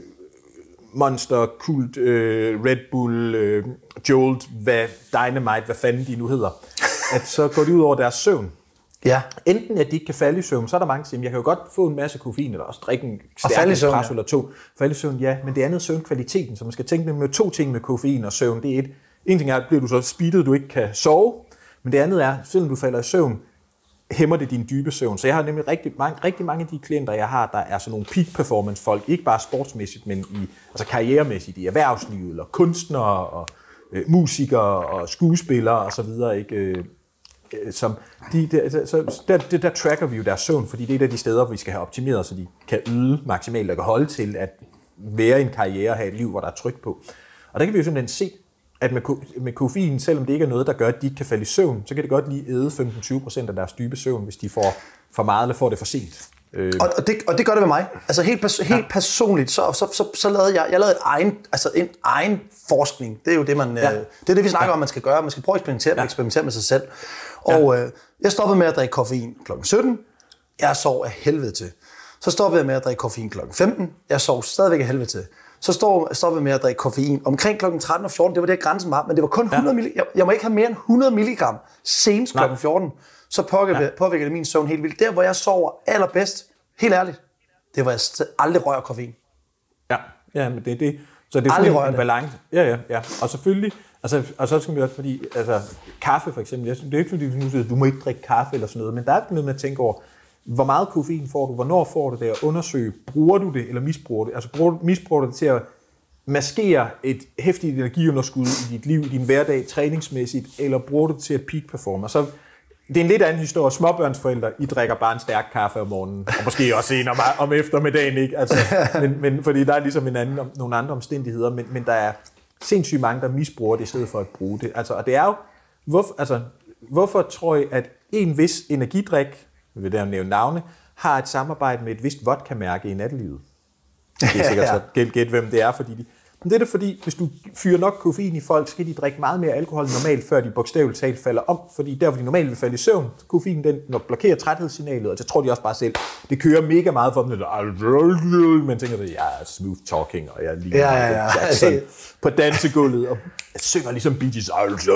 Monster, Kult, øh, Red Bull, øh, Jolt, hvad, Dynamite, hvad fanden de nu hedder, at så går de ud over deres søvn. Ja. Enten at de ikke kan falde i søvn, så er der mange, der siger, jeg kan jo godt få en masse koffein, eller også drikke en stærk espresso ja. eller to. Falde i søvn, ja, men det andet er søvnkvaliteten, så man skal tænke med to ting med koffein og søvn. Det er et, en ting er, at bliver du så speedet, du ikke kan sove, men det andet er, selvom du falder i søvn, hæmmer det din dybe søvn. Så jeg har nemlig rigtig mange, rigtig mange af de klienter, jeg har, der er sådan nogle peak performance folk, ikke bare sportsmæssigt, men i, altså karrieremæssigt i erhvervslivet, eller kunstnere, og øh, musikere, og skuespillere, og så videre, ikke? Øh, som de, der, så der, der, der tracker vi jo deres søvn, fordi det er et af de steder, hvor vi skal have optimeret, så de kan yde maksimalt og kan holde til at være i en karriere og have et liv, hvor der er tryk på. Og der kan vi jo simpelthen se, at med, med koffein, selvom det ikke er noget, der gør, at de ikke kan falde i søvn, så kan det godt lige æde femten til tyve procent af deres dybe søvn, hvis de får for meget eller får det for sent. Øh. Og, og, det, og det gør det med mig. Altså helt, pers- helt ja. personligt, så, så, så, så lavede jeg, jeg lavede et egen, altså en egen forskning. Det er jo det, man, ja. øh, det, er det vi snakker ja. om, man skal gøre. Man skal prøve at eksperimentere, ja. eksperimentere med sig selv. Og ja. øh, jeg stoppede med at drikke koffein klokken sytten. Jeg sov af helvede til. Så stoppede jeg med at drikke koffein klokken femten. Jeg sov stadigvæk af helvede til. Så stoppede jeg med at drikke koffein omkring klokken tretten og fjorten. Det var det, grænsen var, men det var kun hundrede ja. milli- jeg, jeg må ikke have mere end hundrede milligram senest klokken fjorten. Så påvirker, ja. påvirker det min søvn helt vildt. Der, hvor jeg sover allerbedst, helt ærligt, det var, jeg aldrig rører koffein. Ja, ja, men det er det. Så det er sådan en balance. Ja, ja, ja. Og selvfølgelig, altså, og så skal vi også, fordi, altså, kaffe for eksempel, jeg synes, det er ikke fordi, du siger, du må ikke drikke kaffe eller sådan noget, men der er noget med at tænke over, hvor meget koffein får du, hvornår får du det, at undersøge, bruger du det eller misbruger det? Altså bruger, misbruger du det til at maskere et hæftigt energiunderskud i dit liv, i din hverdag, træningsmæssigt, eller bruger du det til at peak performe? Så det er en lidt anden historie. Småbørnsforældre, I drikker bare en stærk kaffe om morgenen, og måske også en om, om eftermiddagen, ikke? Altså, men, men, fordi der er ligesom en anden, nogle andre omstændigheder, men, men der er sindssygt mange, der misbruger det i stedet for at bruge det. Altså, og det er jo, hvorfor, altså, hvorfor tror I, at en vis energidrik, vi vil der nævne navne, har et samarbejde med et vist vodka-mærke i nattelivet? Det er sikkert så gæt, gæt, hvem det er, fordi de... Men det er det, fordi hvis du fyrer nok koffein i folk, så skal de drikke meget mere alkohol end normalt, før de bogstaveligt talt falder om. Fordi der, hvor de normalt vil falde i søvn, koffein den blokerer træthedssignalet, og så tror de også bare selv, det kører mega meget for dem. Men tænker, at jeg er smooth talking, og jeg er lige ja, ja, ja. Jackson på dansegulvet, og jeg synger ligesom Bee Gees.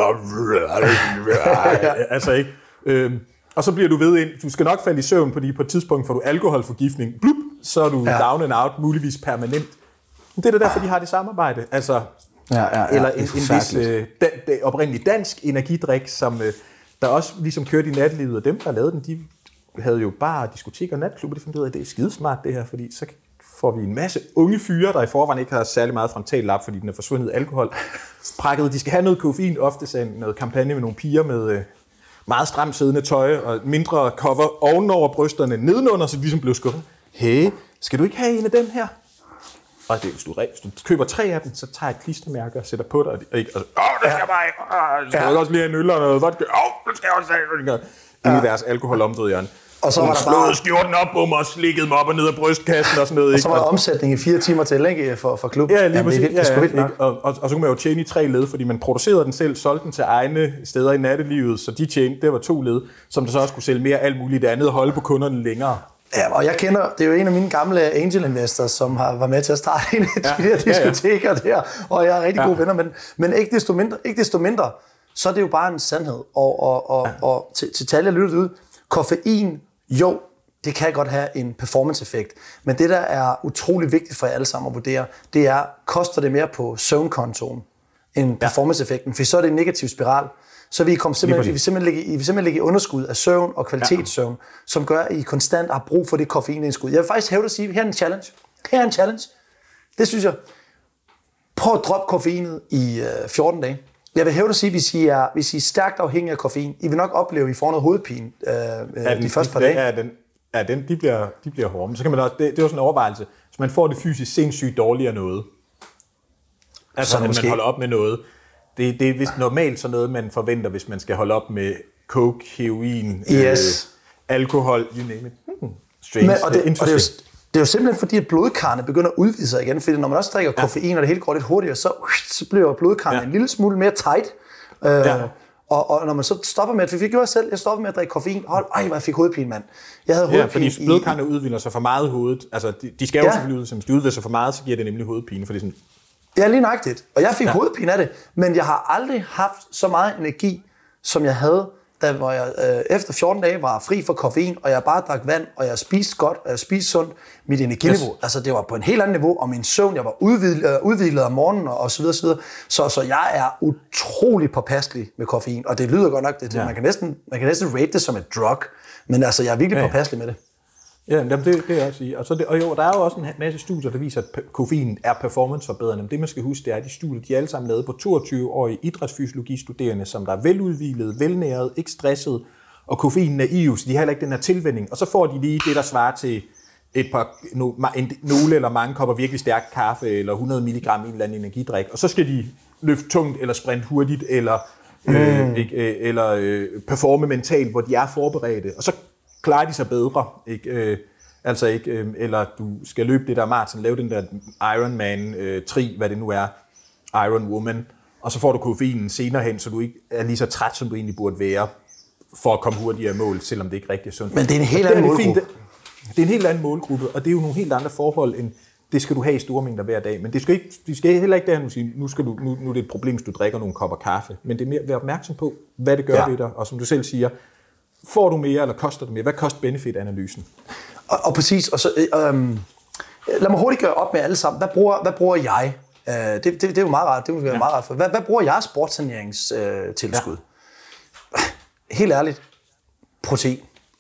Altså ikke... Øhm, og så bliver du ved ind, du skal nok falde i søvn, fordi på et tidspunkt får du alkoholforgiftning, blup, så er du ja. down and out, muligvis permanent. Det er da derfor, de har det samarbejde. Altså, ja, ja, ja, eller en, en vis øh, da, da, oprindelig dansk energidrik, som øh, der også ligesom kørte i nattelivet, og dem, der lavede den, de havde jo bare diskoteker og natklubber, de fandt ud af, at det er skidesmart det her, fordi så får vi en masse unge fyre, der i forvejen ikke har særlig meget frontallap, fordi den er forsvundet alkohol. Prakket, de skal have noget koffein, ofte sådan noget kampagne med nogle piger med... Øh, meget stramt siddende tøj og mindre cover ovenover brysterne nedenunder, så de ligesom blev skuffet. Hey, skal du ikke have en af dem her? Og det, hvis, du, hvis du køber tre af dem, så tager jeg et klistermærke og sætter på dig. Og, og, og, åh, det skal jeg bare ikke. Åh, skal ja. også lige have en øl og noget vodka. Åh, det skal jeg også have. Inde i deres alkoholomdrejeren. Og så var der bare skjorten op på mig og slikkede mig op og ned af brystkassen og sådan noget. Og så var der omsætning i fire timer til, ikke? For, for klub. Ja, lige præcis. Ja, det er vildt, ja, og, og, og så kunne man jo tjene i tre led, fordi man producerede den selv, solgte den til egne steder i nattelivet, så de tjente, det var to led, som der så også kunne sælge mere alt muligt andet og holde på kunderne længere. Ja, og jeg kender, det er jo en af mine gamle angel investors, som har været med til at starte en af de ja, der diskoteker ja, ja. der, og jeg er rigtig ja. gode venner, men, men ikke, desto mindre, ikke desto mindre, så er det jo bare en sandhed. Og, og, og, ja. og til, til tal, jeg lyttede ud, koffein, jo, det kan godt have en performance-effekt, men det, der er utrolig vigtigt for jer alle sammen at vurdere, det er, koster det mere på søvnkontoen end performance-effekten, for så er det en negativ spiral. Så vi kommer simpelthen, I vil simpelthen ligge, I vil simpelthen ligge i underskud af søvn og kvalitetssøvn, ja. som gør, at I konstant har brug for det koffeinindskud. Jeg vil faktisk hævde at sige, her er en challenge. Her er en challenge. Det synes jeg. Prøv at droppe koffeinet i øh, fjorten dage. Jeg vil hævde at sige, hvis I er, hvis I er stærkt afhængige af koffein, I vil nok opleve, at I får noget hovedpine øh, ja, den, de første par dage. Ja, den, ja den, de, bliver, de bliver hårde. Men så kan man også, det, det er jo sådan en overvejelse. Så man får det fysisk sindssygt dårligere noget. Altså, at man holder op med noget. Det, det er vist normalt sådan noget, man forventer, hvis man skal holde op med coke, heroin, yes. øh, alkohol, you name it. Hmm. Strange. Men, og det, og det, er jo, det er jo simpelthen fordi, at blodkarrene begynder at udvide sig igen, fordi når man også drikker ja. koffein, og det hele går lidt hurtigere, så, så bliver blodkarrene ja. en lille smule mere tight. Øh, ja. og, Og, og når man så stopper med, for vi gjorde selv, jeg stoppede med at drikke koffein. Hold, ej, hvor jeg fik hovedpine, mand. Jeg havde hovedpine. Ja, fordi blodkarrene udvinder sig for meget i hovedet. Altså, de, de skal jo ja. selvfølgelig ud, hvis de udvinder sig for meget, så giver det nemlig hovedpine, fordi sådan... Ja, lige nøjagtigt. Og jeg fik ja. hovedpine af det, men jeg har aldrig haft så meget energi, som jeg havde, da hvor jeg øh, efter fjorten dage var fri for koffein, og jeg bare drak vand, og jeg spiste godt, og jeg spiste sundt. Mit energiniveau, yes. altså det var på en helt andet niveau, og min søvn, jeg var udhvilet, øh, udhvilet om morgenen, og, og så videre, så videre. Så, så jeg er utrolig påpasselig med koffein, og det lyder godt nok, det, ja. man, kan næsten, man kan næsten rate det som et drug, men altså jeg er virkelig ja. påpasselig med det. Ja, det, det kan jeg også sige. Og, så det, og jo, der er jo også en masse studier, der viser, at koffein er performanceforbedrende. Men det, man skal huske, det er, at de studier, de er alle sammen lavet på toogtyve-årige idrætsfysiologistuderende, som der er veludvilede, velnærede, ikke stresset, og koffein naiv, så de har heller ikke den her tilvænning. Og så får de lige det, der svarer til et par, no, en, nogle eller mange kopper virkelig stærk kaffe, eller hundrede milligram i en eller anden energidrik. Og så skal de løfte tungt, eller sprinte hurtigt, eller, mm. øh, ikke, øh, eller øh, performe mentalt, hvor de er forberedte. Og så klarer de sig bedre, ikke? Øh, altså ikke, øh, eller du skal løbe det der maraton, lave den der Ironman øh, tri, hvad det nu er, Iron Woman, og så får du koffeinen senere hen, så du ikke er lige så træt, som du egentlig burde være, for at komme hurtigere i mål, selvom det ikke rigtig er sundt. Men det er en helt anden målgruppe. Det, det er en helt anden målgruppe, og det er jo nogle helt andre forhold, end det skal du have i store mængder hver dag. Men det skal, ikke, det skal heller ikke derhen, sige, nu, skal du, nu, nu er det et problem, hvis du drikker nogle kopper kaffe. Men det er mere at være opmærksom på, hvad det gør ja. ved dig, og som du selv siger, får du mere, eller koster det mere? Hvad koster benefit-analysen? Og, og præcis, og så, øhm, lad mig hurtigt gøre op med alle sammen. Hvad bruger, hvad bruger jeg? Øh, det, det, det er jo meget rart. Det er jo ja. meget rart for. Hvad, hvad bruger jeg sportssaneringstilskud? Øh, ja. Helt ærligt, protein.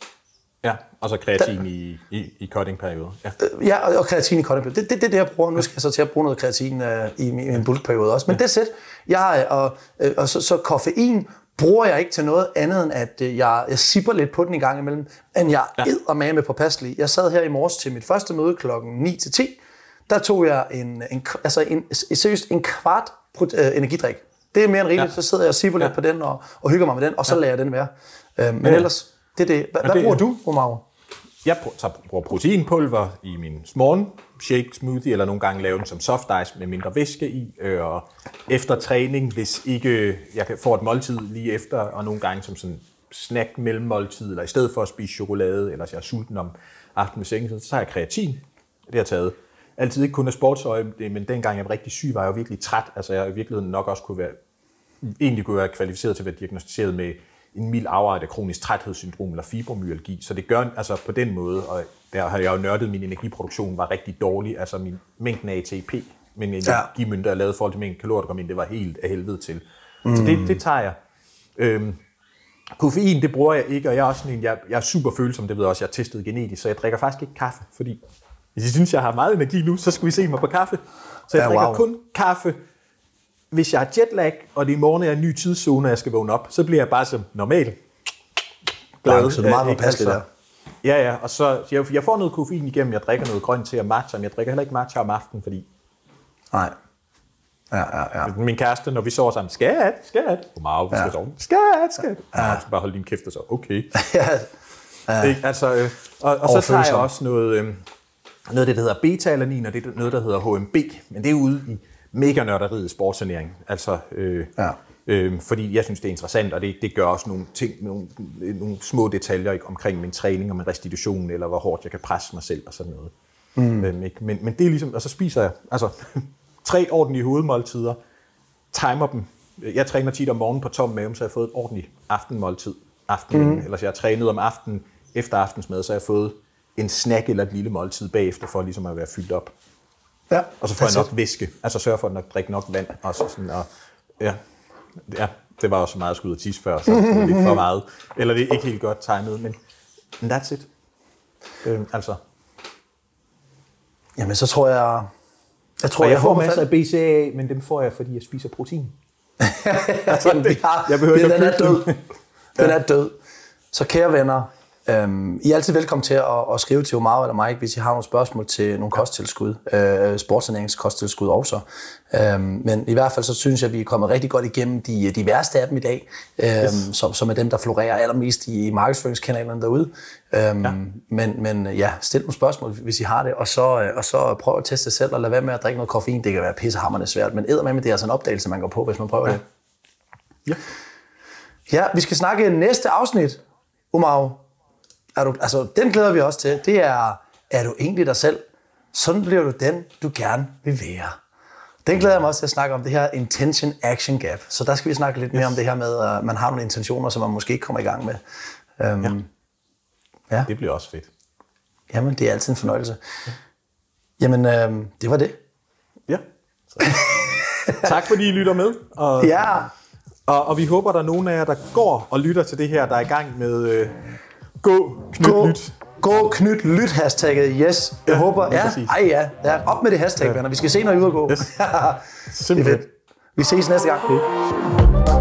Ja, og så kreatin i, i, i cutting-perioden. Ja, ja og, og kreatin i cutting-perioden. Det er det, det, det, jeg bruger. Nu skal jeg så til at bruge noget kreatin øh, i min, min bulk-periode også. Men ja. det er sæt. Jeg, og, øh, og så, så koffein bruger jeg ikke til noget andet, end at øh, jeg, jeg sipper lidt på den i gang imellem, end jeg ja. eddermame med påpasselig. Jeg sad her i morges til mit første møde klokken ni til ti. Der tog jeg en, en, altså en, seriøst en kvart øh, energidrik. Det er mere end rigeligt. Ja. Så sidder jeg og sipper ja. lidt på den og, og hygger mig med den, og så ja. lader jeg den være. Øh, men ja. ellers, det er det. Hva, ja, hvad det, bruger du, Romaro? Jeg bruger proteinpulver i min morgen shake, smoothie, eller nogle gange lave den som soft ice med mindre væske i. Og efter træning, hvis ikke jeg får et måltid lige efter, og nogle gange som sådan snack mellem måltid, eller i stedet for at spise chokolade, eller så jeg er sulten om aftenen med sengen, så tager jeg kreatin. Det har jeg taget. Altid ikke kun af sportsøje, men dengang jeg var rigtig syg, var jeg jo virkelig træt. Altså jeg i virkeligheden nok også kunne være, egentlig kunne være kvalificeret til at være diagnosticeret med en mild afart af kronisk træthedssyndrom eller fibromyalgi. Så det gør altså på den måde, og der har jeg jo nørdet, min energiproduktion var rigtig dårlig. Altså min mængden af A T P, min energimønter, jeg lavede i forhold til mængden kalorier, der kom ind, det var helt af helvede til. Mm. Så det, det tager jeg. Øhm, koffein, det bruger jeg ikke, og jeg er også sådan en, jeg, jeg er super følsom, det ved jeg også, jeg har testet genetisk, så jeg drikker faktisk ikke kaffe, fordi hvis I synes, jeg har meget energi nu, så skal vi se mig på kaffe. Så jeg ja, drikker wow. kun kaffe. Hvis jeg har jetlag, og det i morgen er en ny tidszone, og jeg skal vågne op, så bliver jeg bare som normal. Glad, så du er meget påpasselig der. Ja, ja, og så jeg, jeg får noget koffein igennem, jeg drikker noget grønt te og matcha, men jeg drikker heller ikke matcha om aftenen, fordi... Nej. Ja, ja, ja. Min kæreste, når vi sover sammen, skat, skat, Romaro, vi skal sove, skat, skat. Ja. Jeg skal bare holde din kæft og så, okay. Ja. Ja. Ikke? Altså, øh, og, og så tager jeg også noget, øh, noget af det, der hedder beta-alanin, og det er noget, der hedder H M B, men det er ude i mega nørderiet sportssanering. Altså, øh, ja. øh, fordi jeg synes, det er interessant, og det, det gør også nogle ting, nogle, nogle små detaljer omkring min træning og min restitution, eller hvor hårdt jeg kan presse mig selv og sådan noget. Mm. Øh, men, men det er ligesom, og så spiser jeg altså tre ordentlige hovedmåltider, timer dem. Jeg træner tit om morgenen på tom mave, så jeg har fået et ordentligt aftenmåltid. Aften, mm. Eller så jeg har trænet om aftenen efter aftensmad, så jeg har fået en snack eller et lille måltid bagefter, for ligesom at være fyldt op. Ja, og så får jeg nok væske, altså sørger for at nok drikke nok vand også sådan, og ja, ja, det var også meget skud og tisse før, så det er lidt for meget, eller det er ikke helt godt timet, men that's it. Øhm, altså. Jamen så tror jeg, jeg tror jeg, jeg får jeg masser af B C A A, men dem får jeg, fordi jeg spiser protein. altså, det, har, jeg behøver ikke den er død. Den er død. Så kære venner, Øhm, I er altid velkommen til at, at skrive til Romaro eller mig, hvis I har nogle spørgsmål til nogle kosttilskud, øh, sportssaneringskosttilskud også. Øhm, men i hvert fald så synes jeg, at vi er kommet rigtig godt igennem de, de værste af dem i dag, øhm, yes. som, som er dem, der florerer allermest i markedsføringskanalerne derude. Øhm, ja. Men, men ja, stil nogle spørgsmål, hvis I har det, og så, og så prøv at teste selv, og lad være med at drikke noget koffein. Det kan være pissehammerende svært, men eddermame, det er altså en opdagelse, man går på, hvis man prøver ja. det. Ja. Ja, vi skal snakke næste afsnit, Omar. Er du, altså, den glæder vi også til. Det er, er du egentlig dig selv? Sådan bliver du den, du gerne vil være. Den glæder jeg mig også til at snakke om, det her intention-action gap. Så der skal vi snakke lidt mere yes. om det her med, at man har nogle intentioner, som man måske ikke kommer i gang med. Um, ja. ja, det bliver også fedt. Jamen, det er altid en fornøjelse. Ja. Jamen, øhm, det var det. Ja. Tak fordi I lytter med. Og, ja. Og, og vi håber, der er nogen af jer, der går og lytter til det her, der er i gang med øh, gå, knyt, gå, lyt. Gå, knyt, lyt hashtagget, yes. Jeg ja, håber, ja, ej ja, ja, op med det hashtag, ja. venner. Vi skal se, når I ud og gå. Yes. Simpelthen. Vi ses næste gang. Okay.